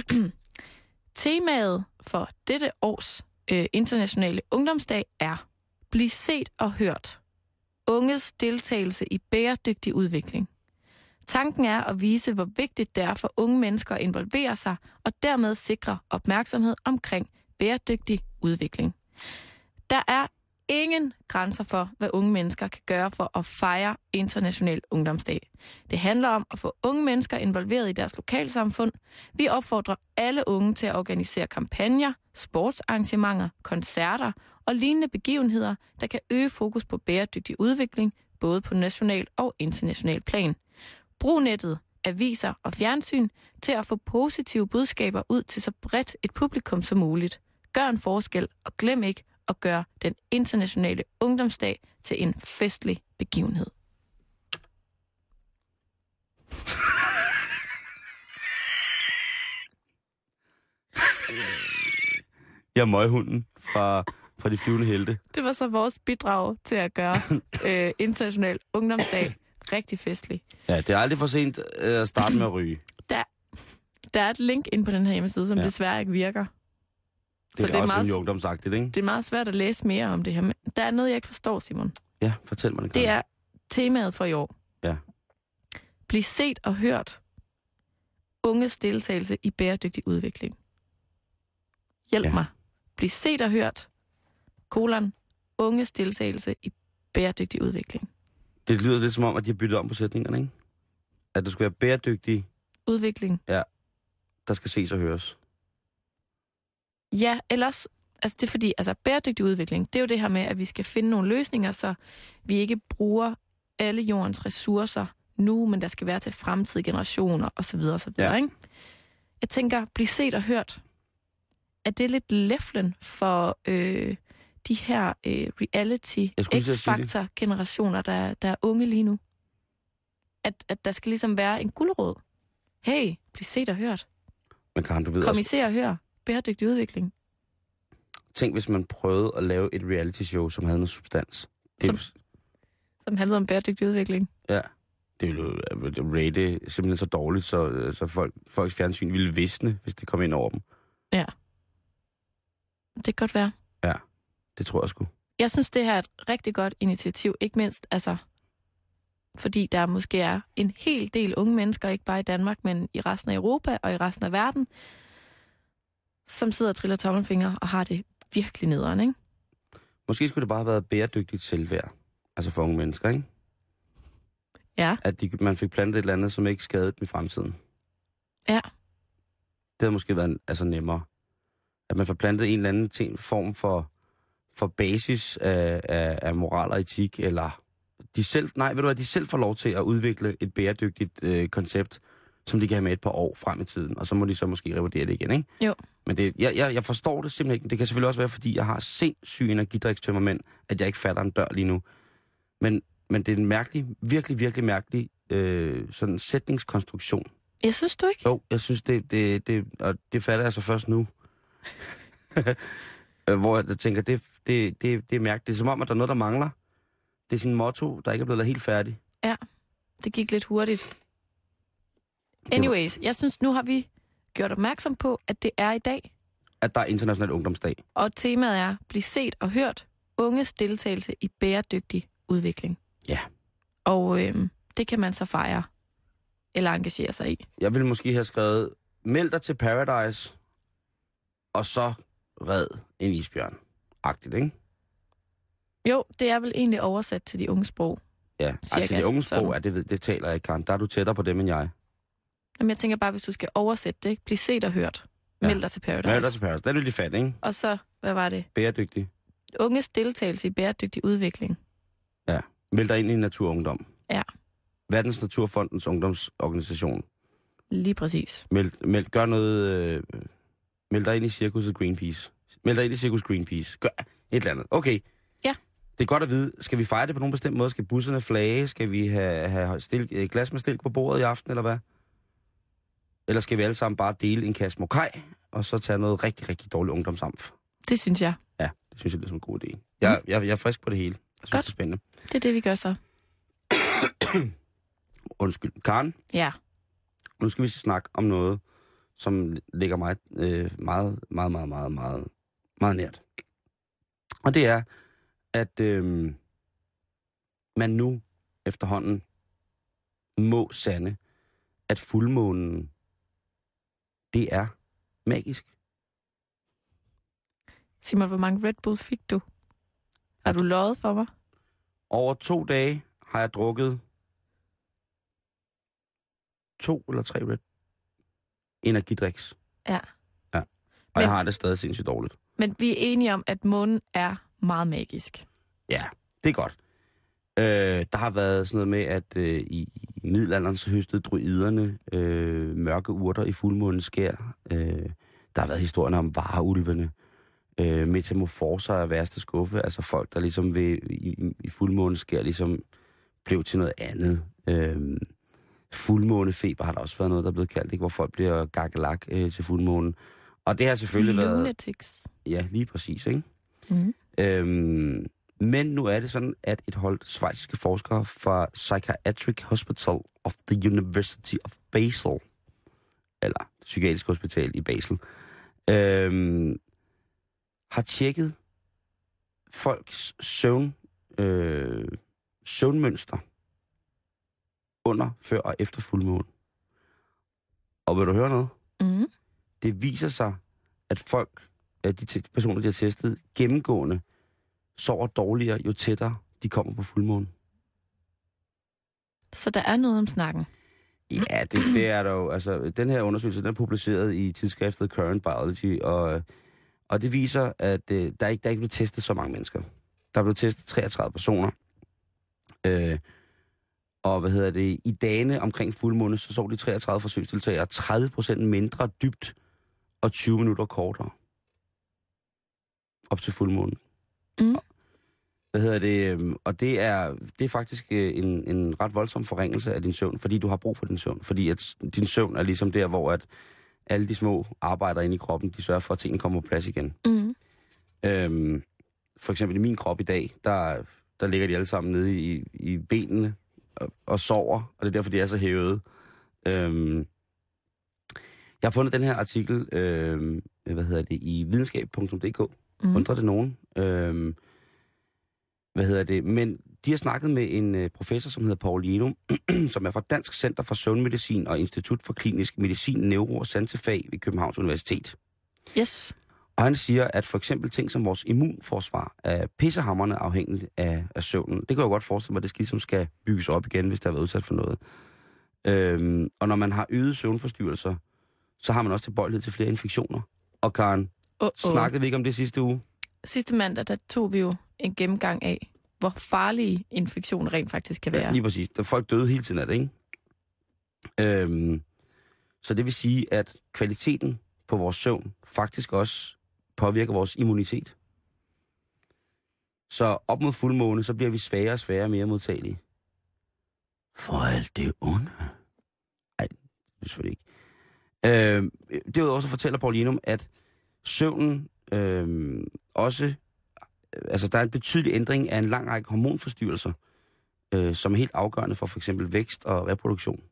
S4: Temaet for dette års øh, internationale ungdomsdag er Bliv set og hørt. Unges deltagelse i bæredygtig udvikling. Tanken er at vise, hvor vigtigt det er for unge mennesker at involvere sig og dermed sikre opmærksomhed omkring bæredygtig udvikling. Der er ingen grænser for, hvad unge mennesker kan gøre for at fejre International Ungdomsdag. Det handler om at få unge mennesker involveret i deres lokalsamfund. Vi opfordrer alle unge til at organisere kampagner, sportsarrangementer, koncerter og lignende begivenheder, der kan øge fokus på bæredygtig udvikling, både på national og international plan. Brug nettet, aviser og fjernsyn til at få positive budskaber ud til så bredt et publikum som muligt. Gør en forskel, og glem ikke at gøre den internationale ungdomsdag til en festlig begivenhed.
S5: Jeg er møghunden fra, fra de flyvende helte.
S4: Det var så vores bidrag til at gøre øh, International Ungdomsdag rigtig festlig.
S5: Ja, det er aldrig for sent øh, at starte med at ryge.
S4: Der, der er et link ind på den her hjemmeside, som ja. desværre ikke virker.
S5: Det er,
S4: det er
S5: også
S4: meget,
S5: en ungdomsagtigt, ikke?
S4: Det er meget svært at læse mere om det her, men der er noget, jeg ikke forstår, Simon.
S5: Ja, fortæl mig det.
S4: Det er temaet for i år.
S5: Ja.
S4: Bliv set og hørt. Unges deltagelse i bæredygtig udvikling. Hjælp ja. mig. Bliv set og hørt. Kolon. Unges deltagelse i bæredygtig udvikling.
S5: Det lyder lidt som om, at de har byttet om på sætningerne, ikke? At der skal være bæredygtig...
S4: Udvikling.
S5: Ja. Der skal ses og høres.
S4: Ja, ellers... Altså det er fordi, altså bæredygtig udvikling, det er jo det her med, at vi skal finde nogle løsninger, så vi ikke bruger alle jordens ressourcer nu, men der skal være til fremtidige generationer osv. osv. Ja. Ikke? Jeg tænker, bliv set og hørt. Er det lidt leflen for øh, de her øh, reality X-Factor-generationer, der, der er unge lige nu? At, at der skal ligesom være en gulerod. Hey, bliv set og hørt.
S5: Men Karen, du ved
S4: Kom I
S5: også...
S4: se og hør. Bæredygtig udvikling.
S5: Tænk, hvis man prøvede at lave et reality show, som havde noget substans. Det,
S4: som, som handlede om bæredygtig udvikling.
S5: Ja. Det ville jo rate simpelthen så dårligt, så, så folk, folks fjernsyn ville visne, hvis det kom ind over dem.
S4: Ja. Det kan godt være.
S5: Ja, det tror jeg sgu.
S4: Jeg synes, det her er et rigtig godt initiativ. Ikke mindst, altså, fordi der måske er en hel del unge mennesker, ikke bare i Danmark, men i resten af Europa og i resten af verden, som sidder og triller tommelfingre og har det virkelig nederen, ikke?
S5: Måske skulle det bare have været bæredygtigt selvværd. Altså for unge mennesker, ikke?
S4: Ja.
S5: At de, man fik plantet et eller andet, som ikke skadede dem i fremtiden.
S4: Ja.
S5: Det havde måske været altså nemmere. At man får plantet en eller anden ting, form for, for basis af, af, af moral og etik, eller de selv, nej, ved du hvad, de selv får lov til at udvikle et bæredygtigt øh, koncept, som de kan have med et par år frem i tiden, og så må de så måske revurdere det igen, ikke?
S4: Jo.
S5: Men det, jeg, jeg, jeg forstår det simpelthen ikke. Det kan selvfølgelig også være, fordi jeg har sindssyg energidrikstømmermænd, at jeg ikke fatter en dør lige nu. Men, men det er en mærkelig, virkelig, virkelig mærkelig øh, sådan sætningskonstruktion.
S4: Jeg synes du ikke?
S5: Jo, jeg synes, det, det, det og det fatter jeg så først nu. Hvor jeg tænker, det, det, det, det er mærkeligt. Det er som om, at der er noget, der mangler. Det er sådan en motto, der ikke er blevet helt færdig.
S4: Ja, det gik lidt hurtigt. Anyways, jeg synes, nu har vi gjort opmærksom på, at det er i dag.
S5: At der er International Ungdomsdag.
S4: Og temaet er, bliv set og hørt, unges deltagelse i bæredygtig udvikling.
S5: Ja.
S4: Og øhm, det kan man så fejre, eller engagere sig i.
S5: Jeg ville måske have skrevet, meld dig til Paradise, og så red en isbjørn. Agtigt, ikke?
S4: Jo, det er vel egentlig oversat til de unge sprog.
S5: Ja, altså de unge sprog, er, det, det taler jeg ikke, Karen. Der er du tættere på dem end jeg.
S4: Jamen, jeg tænker bare, hvis du skal oversætte det, ikke? Bliv set og hørt. Ja. Meld dig til Paradise.
S5: Meld dig til Paradise. Den er lidt fat, ikke?
S4: Og så, hvad var det?
S5: Bæredygtig.
S4: Unges deltagelse i bæredygtig udvikling.
S5: Ja. Meld dig ind i Naturungdom.
S4: Ja.
S5: Verdens Naturfondens ungdomsorganisation.
S4: Lige præcis.
S5: Meld, meld, gør noget... Øh, meld dig ind i Cirkuset Greenpeace. Meld dig ind i Cirkus Greenpeace. Gør et eller andet. Okay.
S4: Ja.
S5: Det er godt at vide. Skal vi fejre det på nogen bestemt måde? Skal busserne flage? Skal vi have, have stil, glas med stilk på bordet i aften, eller hvad? Eller skal vi alle sammen bare dele en kasse mokaj, og så tage noget rigtig, rigtig dårligt ungdomsamf?
S4: Det synes jeg.
S5: Ja, det synes jeg er en god idé. Jeg, mm. jeg, jeg er frisk på det hele. Jeg synes,
S4: godt.
S5: Det er spændende.
S4: Det er det, vi gør så.
S5: Undskyld. Karen?
S4: Ja.
S5: Nu skal vi snakke om noget, som ligger mig øh, meget, meget, meget, meget, meget, meget nært. Og det er, at øh, man nu efterhånden må sande, at fuldmånen, det er magisk.
S4: Simon, hvor mange Red Bull fik du? Har du løjet for mig?
S5: Over to dage har jeg drukket to eller tre Red energidriks.
S4: Ja.
S5: Ja. Og
S4: men,
S5: jeg har det stadig sindssygt dårligt.
S4: Men vi er enige om, at månen er meget magisk.
S5: Ja, det er godt. Øh, der har været sådan noget med, at øh, i, i middelalderen så høstede druiderne øh, mørke urter i fuldmånens skær. Øh, der har været historier om vareulvene. Øh, metamorfoser af værste skuffe. Altså folk, der ligesom ved, i, i fuldmånens skær ligesom blev til noget andet. Øh, fuldmånefeber har der også været noget, der er blevet kaldt, ikke? Hvor folk bliver gakkelak øh, til fuldmånen. Og det har selvfølgelig
S4: Lunatics.
S5: været... Ja, lige præcis, ikke?
S4: Mm.
S5: Øhm, men nu er det sådan, at et hold schweiziske forskere fra Psychiatric Hospital of the University of Basel, eller Psykiatrisk Hospital i Basel, øhm, har tjekket folks søvn, øh, søvnmønster under, før og efter fuldmåne. Og vil du høre noget?
S4: Mm.
S5: Det viser sig, at folk, de personer, de har testet, gennemgående sover dårligere, jo tættere de kommer på fuldmånen.
S4: Så der er noget om snakken?
S5: Ja, det, det er der jo. Altså, den her undersøgelse, den er publiceret i tidsskriftet Current Biology, og, og det viser, at øh, der, ikke, der er ikke blevet testet så mange mennesker. Der er blevet testet treogtredive personer. Øh, og hvad hedder det? I dagene omkring fuldmåne, så sov de treogtredive forsøgsdeltagere tredive procent mindre dybt og tyve minutter kortere. Op til fuldmånen.
S4: Mm.
S5: Hvad hedder det? Og det er, det er faktisk en, en ret voldsom forringelse af din søvn, fordi du har brug for din søvn. Fordi at din søvn er ligesom der, hvor at alle de små arbejder inde i kroppen, de sørger for, at tingene kommer på plads igen.
S4: Mm.
S5: Øhm, for eksempel i min krop i dag, der, der ligger de alle sammen nede i, i benene og, og sover, og det er derfor, de er så hævede. Øhm, jeg har fundet den her artikel, øhm, hvad hedder det, i videnskab punktum d k. Mm. Undrer det nogen? Øhm, hvad hedder det? Men de har snakket med en øh, professor, som hedder Paul Jenum, som er fra Dansk Center for Søvnmedicin og Institut for Klinisk Medicin, Neuro- og Sansefag ved Københavns Universitet.
S4: Yes.
S5: Og han siger, at for eksempel ting som vores immunforsvar er pissehamrende afhængigt af, af søvnen. Det kan jeg jo godt forestille mig, at det skal, ligesom skal bygges op igen, hvis der har været udsat for noget. Øhm, og når man har øget søvnforstyrrelser, så har man også tilbøjelighed til flere infektioner. Og Karen, Uh-oh. snakkede vi ikke om det sidste uge?
S4: Sidste mandag, der tog vi jo en gennemgang af, hvor farlige infektioner rent faktisk kan være.
S5: Ja, lige præcis. Der folk døde hele tiden af det, ikke? Øhm, så det vil sige, at kvaliteten på vores søvn faktisk også påvirker vores immunitet. Så op mod fuldmåne, så bliver vi svagere og svagere og mere modtagelige. For alt det onde. Nej, det er selvfølgelig ikke. Øhm, derudover så fortæller Paul Jenum, at søvnen øhm, også, altså der er en betydelig ændring af en lang række hormonforstyrrelser, øh, som er helt afgørende for for eksempel vækst og reproduktion.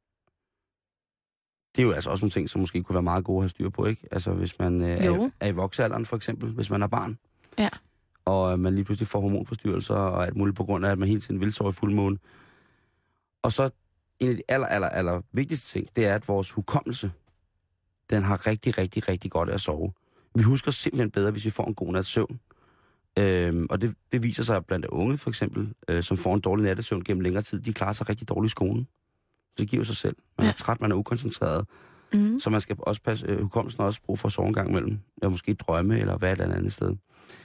S5: Det er jo altså også nogle ting, som måske kunne være meget gode at have styr på, ikke? Altså hvis man øh, er, er i voksealderen for eksempel, hvis man er barn.
S4: Ja.
S5: Og man lige pludselig får hormonforstyrrelser og alt muligt på grund af, at man hele tiden vil sove i fuldmåne. Og så en af de aller, aller, aller vigtigste ting, det er, at vores hukommelse, den har rigtig, rigtig, rigtig godt af at sove. Vi husker simpelthen bedre, hvis vi får en god nats søvn. Øhm, og det, det viser sig blandt unge, for eksempel, øh, som får en dårlig nattesøvn gennem længere tid, de klarer sig rigtig dårligt i skolen. Så det giver sig selv. Man ja. er træt, man er ukoncentreret. Mm. Så man skal også passe, øh, hukommelsen har også brug for at sove en gang imellem. Eller måske drømme, eller hvad et eller andet sted.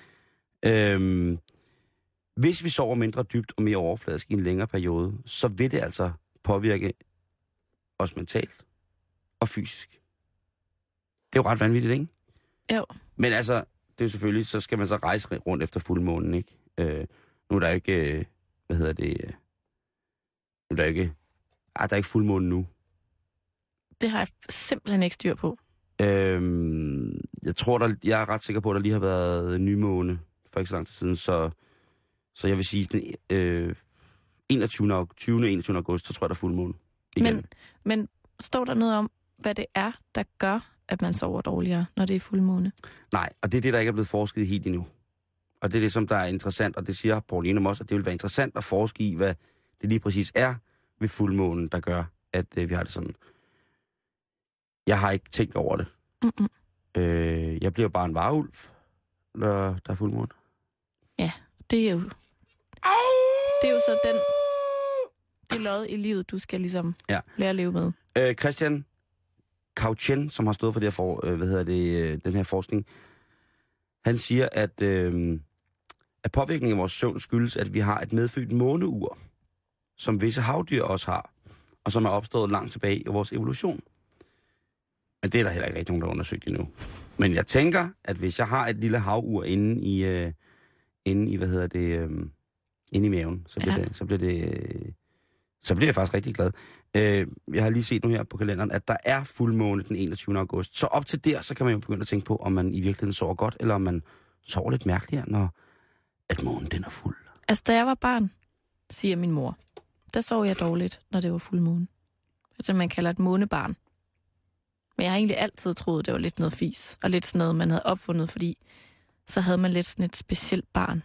S5: Øhm, hvis vi sover mindre dybt og mere overfladisk i en længere periode, så vil det altså påvirke os mentalt og fysisk. Det er jo ret vanvittigt, ikke?
S4: Jo.
S5: Men altså, det er jo selvfølgelig, så skal man så rejse rundt efter fuldmånen, ikke? Øh, nu er der ikke, øh, hvad hedder det, øh, nu er der ikke, ah, der er ikke fuldmåne nu.
S4: Det har jeg simpelthen ikke styr på.
S5: Øhm, jeg tror, der, jeg er ret sikker på, at der lige har været nymåne for ikke så lang tid siden, så, så jeg vil sige, den øh, enogtyvende tyvende enogtyvende august, så tror jeg, der er fuldmåne igen.
S4: Men, men står der noget om, hvad det er, der gør, at man sover dårligere, når det er fuldmåne?
S5: Nej, og det er det, der ikke er blevet forsket helt endnu. Og det er det, som der er interessant, og det siger Paul Jenum også, at det vil være interessant at forske i, hvad det lige præcis er ved fuldmånen, der gør, at øh, vi har det sådan. Jeg har ikke tænkt over det. Mm-mm. Øh, jeg bliver bare en varulv, når der er fuldmåne.
S4: Ja, det er jo... Det er jo så den... Det lod i livet, du skal ligesom ja. lære at leve med.
S5: Øh, Christian Kauchen, som har stået for det her for, øh, hvad hedder det, den her forskning, han siger, at, øh, at påvirkningen af vores søvn skyldes, at vi har et medfødt måneur, som visse havdyr også har, og som er opstået langt tilbage i vores evolution. Men det er der heller ikke rigtig nogen, der har undersøgt endnu. Men jeg tænker, at hvis jeg har et lille havur inde i, øh, inde i hvad hedder det, øh, inde i maven, så bliver, ja. det, så bliver det, øh, så bliver jeg faktisk rigtig glad. Øh, jeg har lige set nu her på kalenderen, at der er fuldmåne den enogtyvende august. Så op til der, så kan man jo begynde at tænke på, om man i virkeligheden sover godt, eller om man sover lidt mærkeligere, når at månen den er fuld?
S4: Altså, da jeg var barn, siger min mor, der sov jeg dårligt, når det var fuldmåne. Det er det, man kalder et månebarn. Men jeg har egentlig altid troet, det var lidt noget fis, og lidt sådan noget, man havde opfundet, fordi så havde man lidt sådan et specielt barn.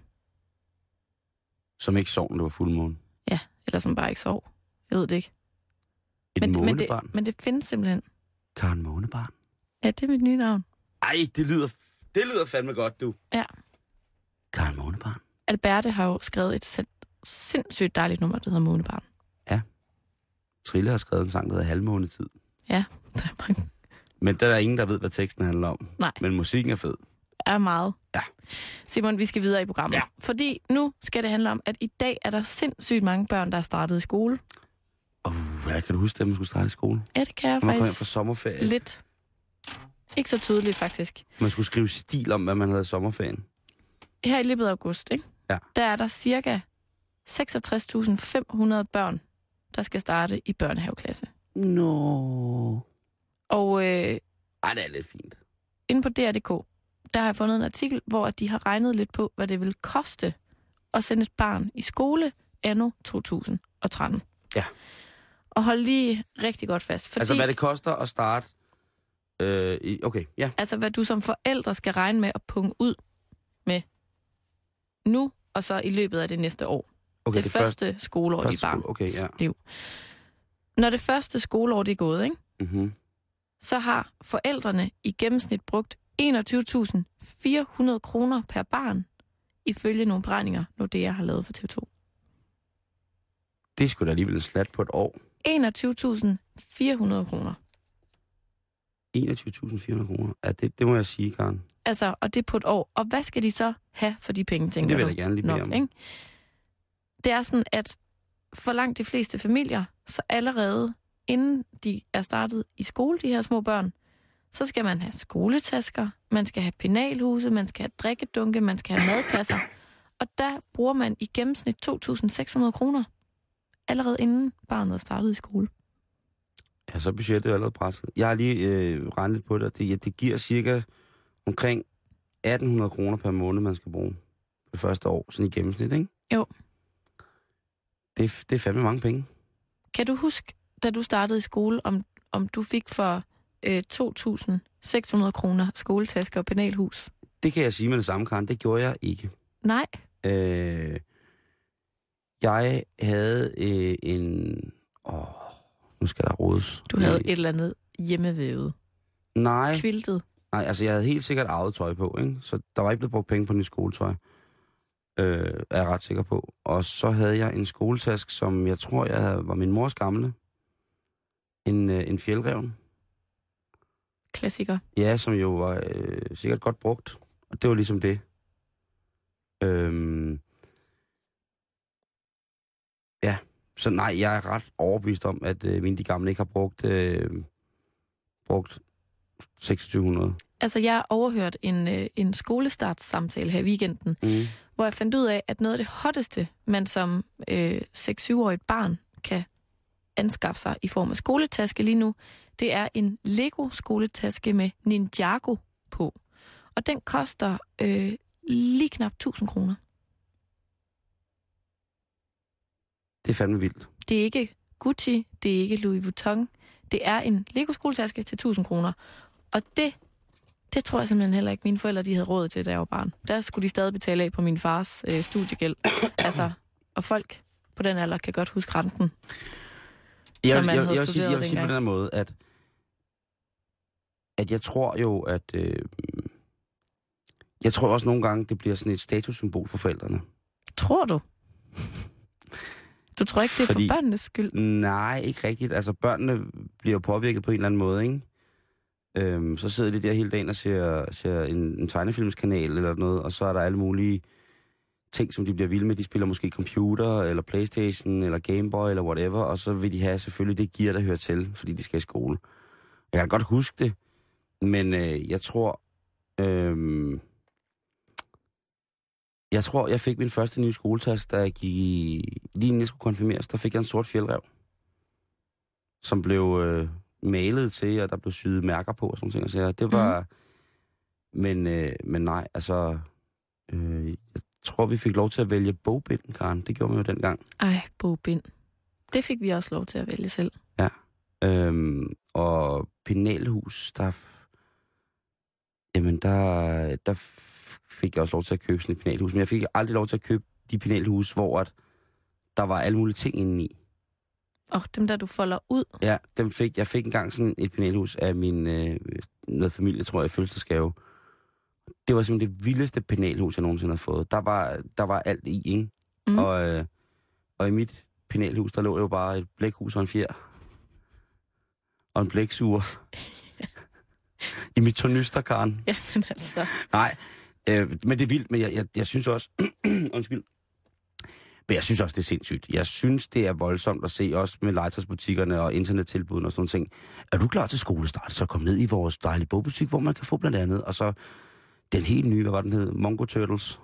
S5: Som ikke sov, når det var fuldmåne?
S4: Ja, eller som bare ikke sov. Jeg ved det ikke.
S5: Et
S4: men,
S5: månebarn?
S4: Men det, men det findes simpelthen.
S5: Karen Månebarn?
S4: Ja, det er mit nye navn.
S5: Ej, det lyder, det lyder fandme godt, du.
S4: Ja.
S5: Karen Månebarn?
S4: Alberte har jo skrevet et sindssygt dejligt nummer, der hedder Månebarn.
S5: Ja. Trille har skrevet en sang, der hedder Halvmånetid.
S4: Ja, der er mange.
S5: Men der er ingen, der ved, hvad teksten handler om.
S4: Nej.
S5: Men musikken er fed.
S4: Er meget.
S5: Ja.
S4: Simon, vi skal videre i programmet.
S5: Ja.
S4: Fordi nu skal det handle om, at i dag er der sindssygt mange børn, der er startet i skole.
S5: Uh, hvad kan du huske, at man skulle starte i skole?
S4: Ja, det kan jeg
S5: man
S4: faktisk.
S5: Man kom hjem fra sommerferie.
S4: Lidt. Ikke så tydeligt, faktisk.
S5: Man skulle skrive stil om, hvad man havde i sommerferien.
S4: Her i løbet af august, ikke?
S5: Ja.
S4: Der er der cirka seksogtres tusind fem hundrede børn, der skal starte i børnehaveklasse.
S5: Nå. No.
S4: Og øh,
S5: Ej, det er lidt fint.
S4: inde på D R punktum d k, der har jeg fundet en artikel, hvor de har regnet lidt på, hvad det vil koste at sende et barn i skole anno to tusind og tretten.
S5: Ja.
S4: Og hold lige rigtig godt fast. Fordi,
S5: altså, hvad det koster at starte... Øh, i, okay, ja.
S4: Altså, hvad du som forældre skal regne med at punge ud med nu, og så i løbet af det næste år.
S5: Okay,
S4: det,
S5: det
S4: første
S5: første,
S4: skoleår i dit barns
S5: okay, ja.
S4: liv. Når det første skoleår det er gået, ikke?
S5: Mm-hmm.
S4: Så har forældrene i gennemsnit brugt enogtyve tusind fire hundrede kroner per barn, ifølge nogle beregninger, nu det jeg har lavet for T V to.
S5: Det skulle da alligevel en slat på et år.
S4: enogtyve tusind fire hundrede kroner.
S5: enogtyve tusind fire hundrede kroner. Ja, det, det må jeg sige, Karen.
S4: Altså, og det er på et år. Og hvad skal de så have for de penge, tænker
S5: det vil
S4: du?
S5: jeg gerne lige bede om.
S4: Ikke? Det er sådan, at for langt de fleste familier, så allerede inden de er startet i skole, de her små børn, så skal man have skoletasker, man skal have penalhuse, man skal have drikkedunke, man skal have madkasser. Og der bruger man i gennemsnit to tusind seks hundrede kroner, allerede inden barnet er startet i skole.
S5: Ja, så er budgettet allerede presset. Jeg har lige øh, regnet lidt på det, og det, ja, det giver cirka omkring atten hundrede kroner per måned, man skal bruge det første år, sådan i gennemsnit, ikke?
S4: Jo.
S5: Det, det er fandme mange penge.
S4: Kan du huske, da du startede i skole, om, om du fik for øh, to tusind seks hundrede kroner skoletasker og penalhus?
S5: Det kan jeg sige med det samme, Karen. Det gjorde jeg ikke.
S4: Nej.
S5: Øh, jeg havde øh, en... Åh, nu skal der rodes.
S4: Du havde et eller andet hjemmevævet.
S5: Nej.
S4: Kviltet.
S5: Nej, altså jeg havde helt sikkert arvet tøj på, ikke? Så der var ikke blevet brugt penge på nyt skoletøj. Øh, er jeg ret sikker på. Og så havde jeg en skoletask, som jeg tror, jeg havde, var min mors gamle. En, øh, en fjeldrevn.
S4: Klassiker.
S5: Ja, som jo var øh, sikkert godt brugt. Og det var ligesom det. Øhm, ja, så nej, jeg er ret overbevist om, at øh, mine de gamle ikke har brugt, øh, brugt seksogtyve hundrede.
S4: Altså, jeg har overhørt en, øh, en skolestartssamtale her i weekenden,
S5: Mm.
S4: hvor jeg fandt ud af, at noget af det hotteste, man som øh, seks-syv-årigt barn kan anskaffe sig i form af skoletaske lige nu, det er en Lego-skoletaske med Ninjago på. Og den koster øh, lige knap tusind kroner.
S5: Det er fandme vildt.
S4: Det er ikke Gucci, det er ikke Louis Vuitton. Det er en Lego-skoletaske til tusind kroner. Og det, det tror jeg simpelthen heller ikke, mine forældre de havde råd til, da jeg var barn. Der skulle de stadig betale af på min fars øh, studiegæld. altså, og folk på den alder kan godt huske renten.
S5: Jeg,
S4: Når man
S5: jeg,
S4: havde
S5: jeg, vil sige,
S4: studeret
S5: jeg vil sige på
S4: dengang.
S5: den her måde, at, at jeg tror jo, at... Øh, jeg tror også nogle gange, det bliver sådan et statussymbol for forældrene.
S4: Tror du? Du tror ikke, det er
S5: Fordi-
S4: for børnenes skyld?
S5: Nej, ikke rigtigt. Altså, børnene bliver påvirket på en eller anden måde, ikke? Øhm, så sidder de der hele dagen og ser, ser en, en tegnefilmskanal eller noget, og så er der alle mulige ting, som de bliver vilde med. De spiller måske computer, eller Playstation, eller Gameboy, eller whatever, og så vil de have selvfølgelig det gear, der hører til, fordi de skal i skole. Jeg kan godt huske det, men øh, jeg tror... Øh, jeg tror, jeg fik min første nye skoletaske, da jeg gik i... Lige inden jeg skulle konfirmeres, der fik jeg en sort fjeldrev, som blev øh, malet til, og der blev syet mærker på og sådan ting. Så ja, det var... Mm. Men, øh, men nej, altså... Øh, jeg tror, vi fik lov til at vælge bogbind, Karen. Det gjorde man jo dengang.
S4: Ej, bogbind. Det fik vi også lov til at vælge selv.
S5: Ja. Øhm, og penalhus, der... Jamen, der, der fik jeg også lov til at købe sådan et penalhus. Men jeg fik aldrig lov til at købe de penalhus, hvor at der var alle mulige ting inde i.
S4: Åh, oh, dem der du folder ud.
S5: Ja, dem fik, jeg fik engang sådan et penalhus af min øh, noget familie, tror jeg, fødselsdagsgave. Det var simpelthen det vildeste penalhus, jeg nogensinde har fået. Der var, der var alt i, ikke? Mm. Og, øh, og i mit penalhus, der lå jo bare et blækhus og en fjer. Og en blæksuger. I mit tornyster, Karen.
S4: Jamen altså.
S5: Nej, øh, men det er vildt, men jeg, jeg, jeg synes også... undskyld. Men jeg synes også, det er sindssygt. Jeg synes, det er voldsomt at se også med legetøjsbutikkerne og internettilbudene og sådan ting. Er du klar til skolestart, så kom ned i vores dejlige bogbutik, hvor man kan få blandt andet. Og så den helt nye, hvad var den hed? Mongo Turtles.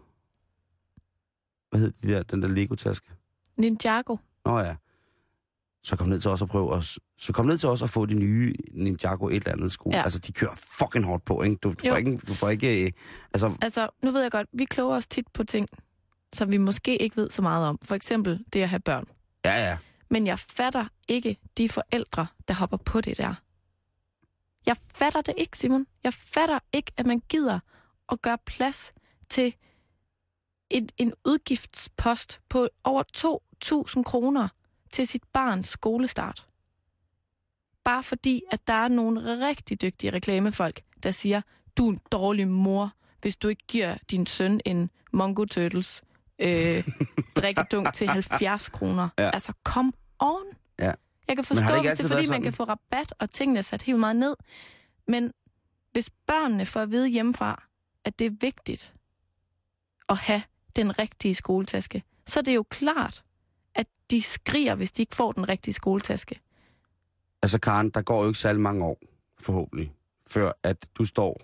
S5: Hvad hed de der, den der Lego-taske?
S4: Ninjago.
S5: Nå ja. Så kom ned til os og prøv os. Så kom ned til os og få de nye Ninjago et eller andet sko. Ja. Altså, de kører fucking hårdt på, ikke? Du, du, får, ikke, du får ikke... Altså...
S4: altså, nu ved jeg godt, vi kloger os tit på ting, som vi måske ikke ved så meget om. For eksempel det at have børn.
S5: Ja, ja.
S4: Men jeg fatter ikke de forældre, der hopper på det der. Jeg fatter det ikke, Simon. Jeg fatter ikke, at man gider at gøre plads til en, en udgiftspost på over to tusind kroner til sit barns skolestart. Bare fordi, at der er nogle rigtig dygtige reklamefolk, der siger, du er en dårlig mor, hvis du ikke giver din søn en Mongo Turtles øh, drikkedunk til halvfjerds kroner. Ja. Altså, come on.
S5: Ja.
S4: Jeg kan forstå, hvis det er, fordi man kan få rabat, og tingene er sat helt meget ned. Men hvis børnene får at vide hjemmefra, at det er vigtigt at have den rigtige skoletaske, så er det jo klart, at de skriger, hvis de ikke får den rigtige skoletaske.
S5: Altså, Karen, der går jo ikke særlig mange år, forhåbentlig, før at du står...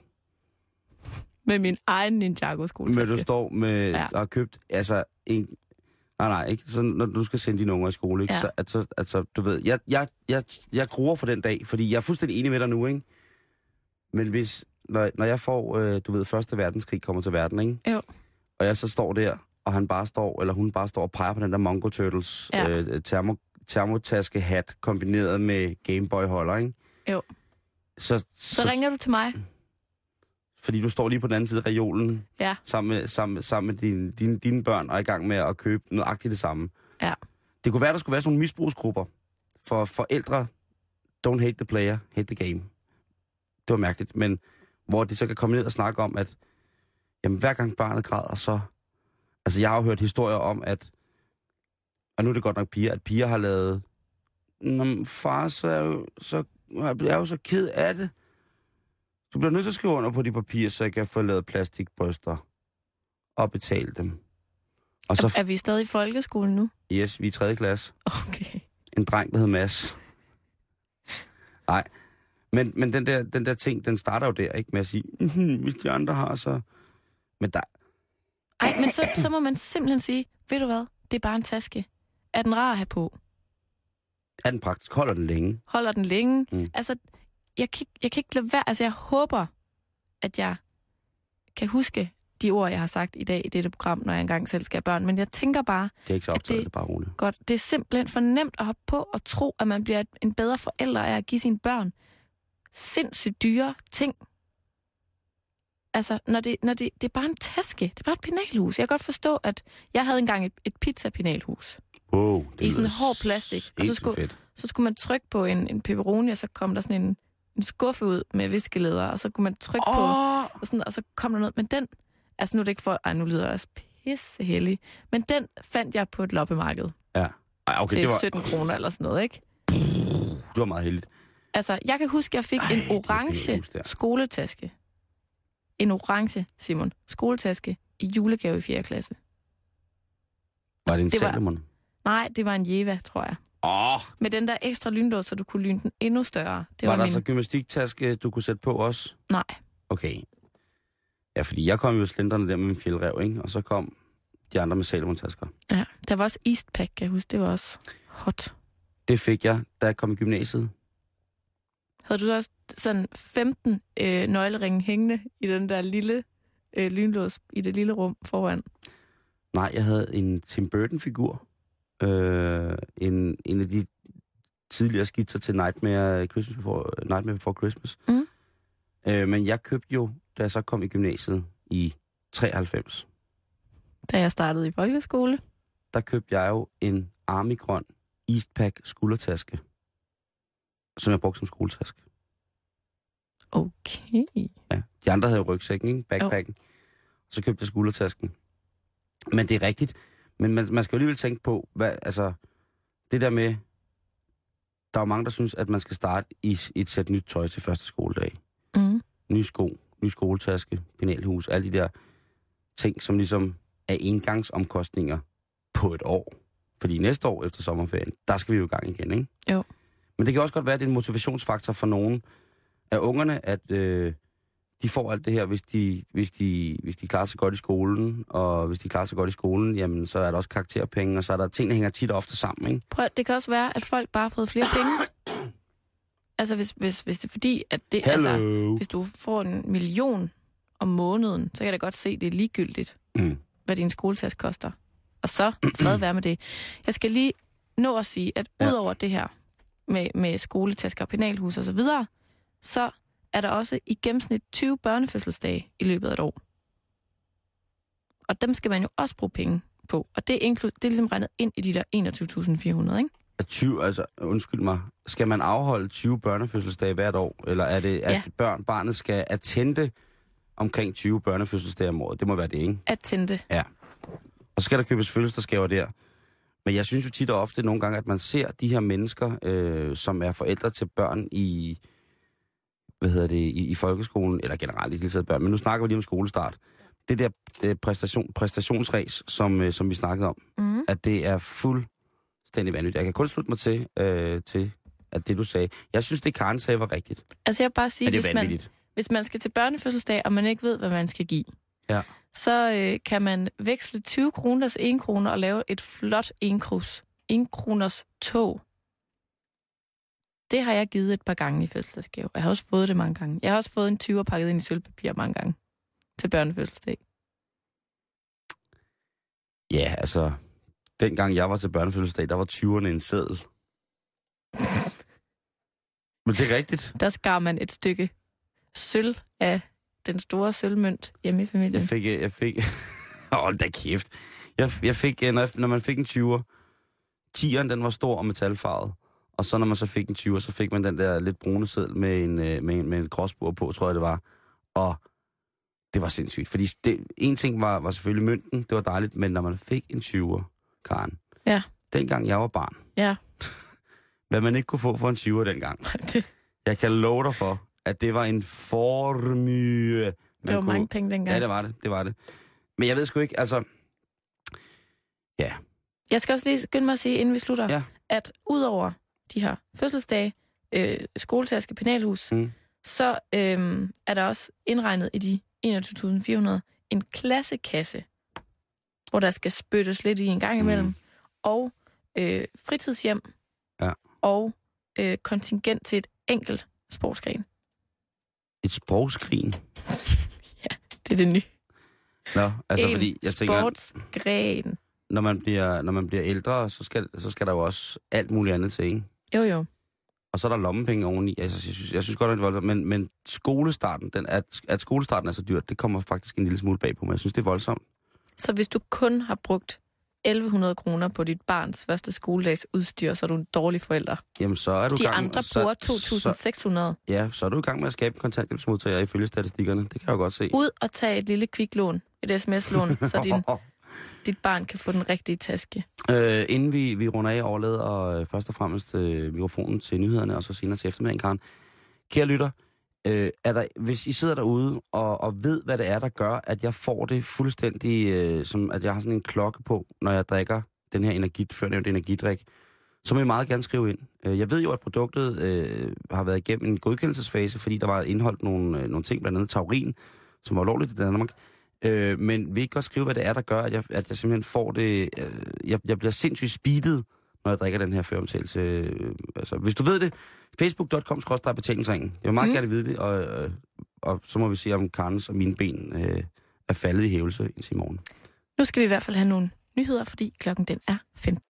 S4: Med min egen Ninjago-skoletaske.
S5: Men du står med... Ja. Der har købt, altså, en... Nej, nej, ikke? Så når du skal sende dine unger i skole, ikke? Ja. Så, altså, altså, du ved, jeg, jeg, jeg, jeg gruer for den dag, fordi jeg er fuldstændig enig med dig nu, ikke? Men hvis... Når, når jeg får, øh, du ved, første verdenskrig kommer til verden, ikke? Jo. Og jeg så står der, og han bare står, eller hun bare står og peger på den der Mongo Turtles ja. øh, termo, termotaske-hat, kombineret med Gameboy-holder, ikke? Jo. Så,
S4: så, så ringer du til mig.
S5: Fordi du står lige på den anden side af reolen,
S4: ja.
S5: sammen med, sammen, sammen med dine, dine, dine børn, og er i gang med at købe nøjagtigt det samme.
S4: Ja.
S5: Det kunne være, der skulle være sådan nogle misbrugsgrupper. For forældre, don't hate the player, hate the game. Det var mærkeligt, men hvor de så kan komme ned og snakke om, at jamen, hver gang barnet græder, så... Altså, jeg har jo hørt historier om, at... Og nu er det godt nok piger, at piger har lavet... Nå, far, så er, jo, så jeg er jo så ked af det. Du bliver nødt til at skrive under på de papirer, så jeg kan få lavet plastikbryster og betale dem. Og så...
S4: Er, er vi stadig i folkeskolen nu?
S5: Yes, vi er i tredje klasse.
S4: Okay.
S5: En dreng, der hedder Mads. Nej. Men, men den, der, den der ting, den starter jo der, ikke? Med at sige, mm-hmm, hvis de andre har, så... Men der...
S4: Ej, men så, så må man simpelthen sige, ved du hvad, det er bare en taske. Er den rar at have på?
S5: Er den praktisk? Holder den længe?
S4: Holder den længe? Mm. Altså, jeg kan, jeg kan ikke lade være... Altså, jeg håber, at jeg kan huske de ord, jeg har sagt i dag i dette program, når jeg engang selv skal have børn. Men jeg tænker bare...
S5: Det er ikke så optaget, det, det er bare roligt.
S4: Godt. Det er simpelthen for nemt at hoppe på og tro, at man bliver en bedre forælder af at give sine børn sindssygt dyre ting. Altså, når det, når det, det er bare en taske. Det er bare et penalhus. Jeg kan godt forstå, at jeg havde engang et, et pizza-penalhus.
S5: Wow, det
S4: i sådan en hård plastik. Og så skulle, så skulle man trykke på en, en pepperoni, og så kom der sådan en, en skuffe ud med viskelæder, og så kunne man trykke oh. på, og, sådan, og så kom der noget. Men den, altså nu er det ikke for, ej, nu lyder jeg også pisseheldig, men den fandt jeg på et loppemarked.
S5: Ja. Ej, okay,
S4: til
S5: det var...
S4: sytten kroner eller sådan noget, ikke?
S5: Du var meget heldigt.
S4: Altså, jeg kan huske, at jeg fik Ej, en orange skoletaske. En orange, Simon, skoletaske i julegave i fjerde klasse.
S5: Var det en
S4: det
S5: Salomon?
S4: Var, nej, det var en Jeva, tror jeg.
S5: Oh.
S4: Med den der ekstra lynlås, så du kunne lyne den endnu større. Det
S5: var,
S4: var
S5: der
S4: min...
S5: så gymnastiktaske, du kunne sætte på også?
S4: Nej.
S5: Okay. Ja, fordi jeg kom jo slendrende der med min fjeldrev, ikke? Og så kom de andre med Salomon-tasker.
S4: Ja, der var også Eastpak, kan jeg huske. Det var også hot.
S5: Det fik jeg, da jeg kom i gymnasiet.
S4: Havde du så også sådan femten øh, nøgleringe hængende i den der lille øh, lynlås, i det lille rum foran?
S5: Nej, jeg havde en Tim Burton-figur. Øh, en, en af de tidligere skitser til Nightmare, Christmas Before, Nightmare Before Christmas.
S4: Mm.
S5: Øh, men jeg købte jo, da jeg så kom i gymnasiet i treoghalvfems,
S4: Da jeg startede i folkeskole.
S5: der købte jeg jo en Army-grøn Eastpak skuldertaske, som jeg brugte som skoletaske.
S4: Okay.
S5: Ja. De andre havde rygsækken, ikke? Backpacken. Jo. Så købte jeg skuldertasken. Men det er rigtigt. Men man, man skal jo alligevel tænke på, hvad, altså, det der med, der er jo mange, der synes, at man skal starte i, i et sæt nyt tøj til første skoledag.
S4: Mm.
S5: Nye sko, ny skoletaske, penalhus, alle de der ting, som ligesom er engangsomkostninger på et år. Fordi næste år efter sommerferien, der skal vi jo i gang igen, ikke?
S4: Jo.
S5: Men det kan også godt være, at det er en motivationsfaktor for nogen af ungerne, at øh, de får alt det her, hvis de, hvis, de, hvis de klarer sig godt i skolen. Og hvis de klarer sig godt i skolen, jamen så er der også karakterpenge, og så er der ting, der hænger tit og ofte sammen, ikke?
S4: Prøv, det kan også være, at folk bare har fået flere penge. Altså, hvis, hvis, hvis det er fordi, at det...
S5: Hello.
S4: Altså, hvis du får en million om måneden, så kan jeg da godt se, at det er ligegyldigt,
S5: Mm.
S4: hvad din skoletaske koster. Og så fred være med det. Jeg skal lige nå at sige, at
S5: Ja.
S4: udover det her med, med skoletasker, penalhus og så videre, så er der også i gennemsnit tyve børnefødselsdage i løbet af et år. Og dem skal man jo også bruge penge på. Og det er, inklu- det er ligesom regnet ind i de der enogtyve tusind fire hundrede, ikke?
S5: At tyve, altså, undskyld mig, skal man afholde tyve børnefødselsdage hvert år? Eller er det, at
S4: Ja.
S5: børn, barnet skal attende omkring tyve børnefødselsdage om året? Det må være det, ikke?
S4: At tænde.
S5: Ja. Og så skal der købes fødselsdagsgaver der. Men jeg synes jo tit og ofte nogle gange, at man ser de her mennesker, øh, som er forældre til børn i, hvad hedder det, i, i folkeskolen, eller generelt i hele børn, men nu snakker vi lige om skolestart. Det der det præstation, præstationsræs, som, øh, som vi snakkede om,
S4: Mm.
S5: at det er fuldstændig vanvittigt. Jeg kan kun slutte mig til, øh, til at det du sagde. Jeg synes, det Karen sagde var rigtigt.
S4: Altså jeg vil bare sige,
S5: Men det
S4: hvis
S5: er
S4: man,
S5: vanvittigt.
S4: hvis man skal til børnefødselsdag, og man ikke ved, hvad man skal give,
S5: Ja.
S4: så øh, kan man veksle tyve kroners en kroner og lave et flot enkros, en kroners tog. Det har jeg givet et par gange i fødselsdagsgave. Jeg har også fået det mange gange. Jeg har også fået en tyver pakket ind i sølvpapir mange gange til børnefødselsdag.
S5: Ja, altså, dengang jeg var til børnefødselsdag, der var tyverne en seddel. Men det er rigtigt.
S4: Der skar man et stykke sølv af den store sølvmønt hjemme i familien.
S5: Jeg fik... Jeg fik hold da kæft. Jeg, jeg fik, når, jeg, når man fik en tyver, tieren, den var stor og metalfarvet. Og så når man så fik en tyver, så fik man den der lidt brune seddel med en, med en, med en gråsbur på, tror jeg det var. Og det var sindssygt. Fordi det, en ting var, var selvfølgelig mønten, det var dejligt, men når man fik en tyver, Karen,
S4: Ja.
S5: dengang jeg var barn,
S4: Ja.
S5: hvad man ikke kunne få for en tyver dengang.
S4: det,
S5: Jeg kan love dig for, at det var en formue.
S4: det var
S5: kunne...
S4: mange penge dengang.
S5: Ja, det var det, det var det. Men jeg ved sgu ikke, altså... Ja,
S4: Jeg skal også lige skynde mig at sige, inden vi slutter,
S5: Ja.
S4: at udover de her fødselsdage, øh, skoletaske, penalhus,
S5: Mm.
S4: så øh, er der også indregnet i de enogtyve tusind fire hundrede en klassekasse, hvor der skal spyttes lidt i en gang imellem,
S5: Mm.
S4: og øh, fritidshjem,
S5: Ja.
S4: og øh, kontingent til et enkelt sportsgren.
S5: et sprogskrin.
S4: Det er det nye.
S5: Nå, altså
S4: en
S5: fordi, jeg tænker,
S4: sportsgren.
S5: når man bliver, når man bliver ældre, så skal, så skal der jo også alt muligt andet til, ikke?
S4: Jo, jo.
S5: Og så er der lommepenge oveni. Altså, jeg synes, jeg synes godt, at det er voldsomt. Men, men skolestarten, den, at, at skolestarten er så dyrt, det kommer faktisk en lille smule bag på mig. Jeg synes, det er voldsomt.
S4: Så hvis du kun har brugt elleve hundrede kroner på dit barns første skoledags udstyr, så er du en dårlig forælder.
S5: Jamen, så er du i
S4: De
S5: gang,
S4: andre
S5: så,
S4: bruger to tusind seks hundrede.
S5: Så, ja, så er du i gang med at skabe en kontanthjælpsmodtager ifølge statistikkerne. Det kan jeg jo godt se.
S4: Ud og tage et lille kviklån, et sms-lån, så din, dit barn kan få den rigtige taske.
S5: Øh, inden vi, vi runder af, overlader og først og fremmest øh, mikrofonen til nyhederne, og så senere til eftermiddagen, Karen. Kære lytter, øh, er der, hvis I sidder derude og, og ved, hvad det er, der gør, at jeg får det fuldstændig, øh, som at jeg har sådan en klokke på, når jeg drikker den her energi, førnævnte energidrik, så må I meget gerne skrive ind. Øh, jeg ved jo, at produktet øh, har været igennem en godkendelsesfase, fordi der var indholdt nogle, øh, nogle ting, blandt andet taurin, som var ulovligt i Danmark. Øh, men vil I godt skrive, hvad det er, der gør, at jeg, at jeg simpelthen får det... Øh, jeg, jeg bliver sindssygt speedet, når jeg drikker den her føromtagelse. Øh, altså, hvis du ved det, facebook punktum com skråstreg betalingsringen. Jeg vil meget mm. gerne vide det, og, øh, og så må vi se, om Karens og mine ben øh, er faldet i hævelse indtil i morgen.
S4: Nu skal vi i hvert fald have nogle nyheder, fordi klokken den er femten.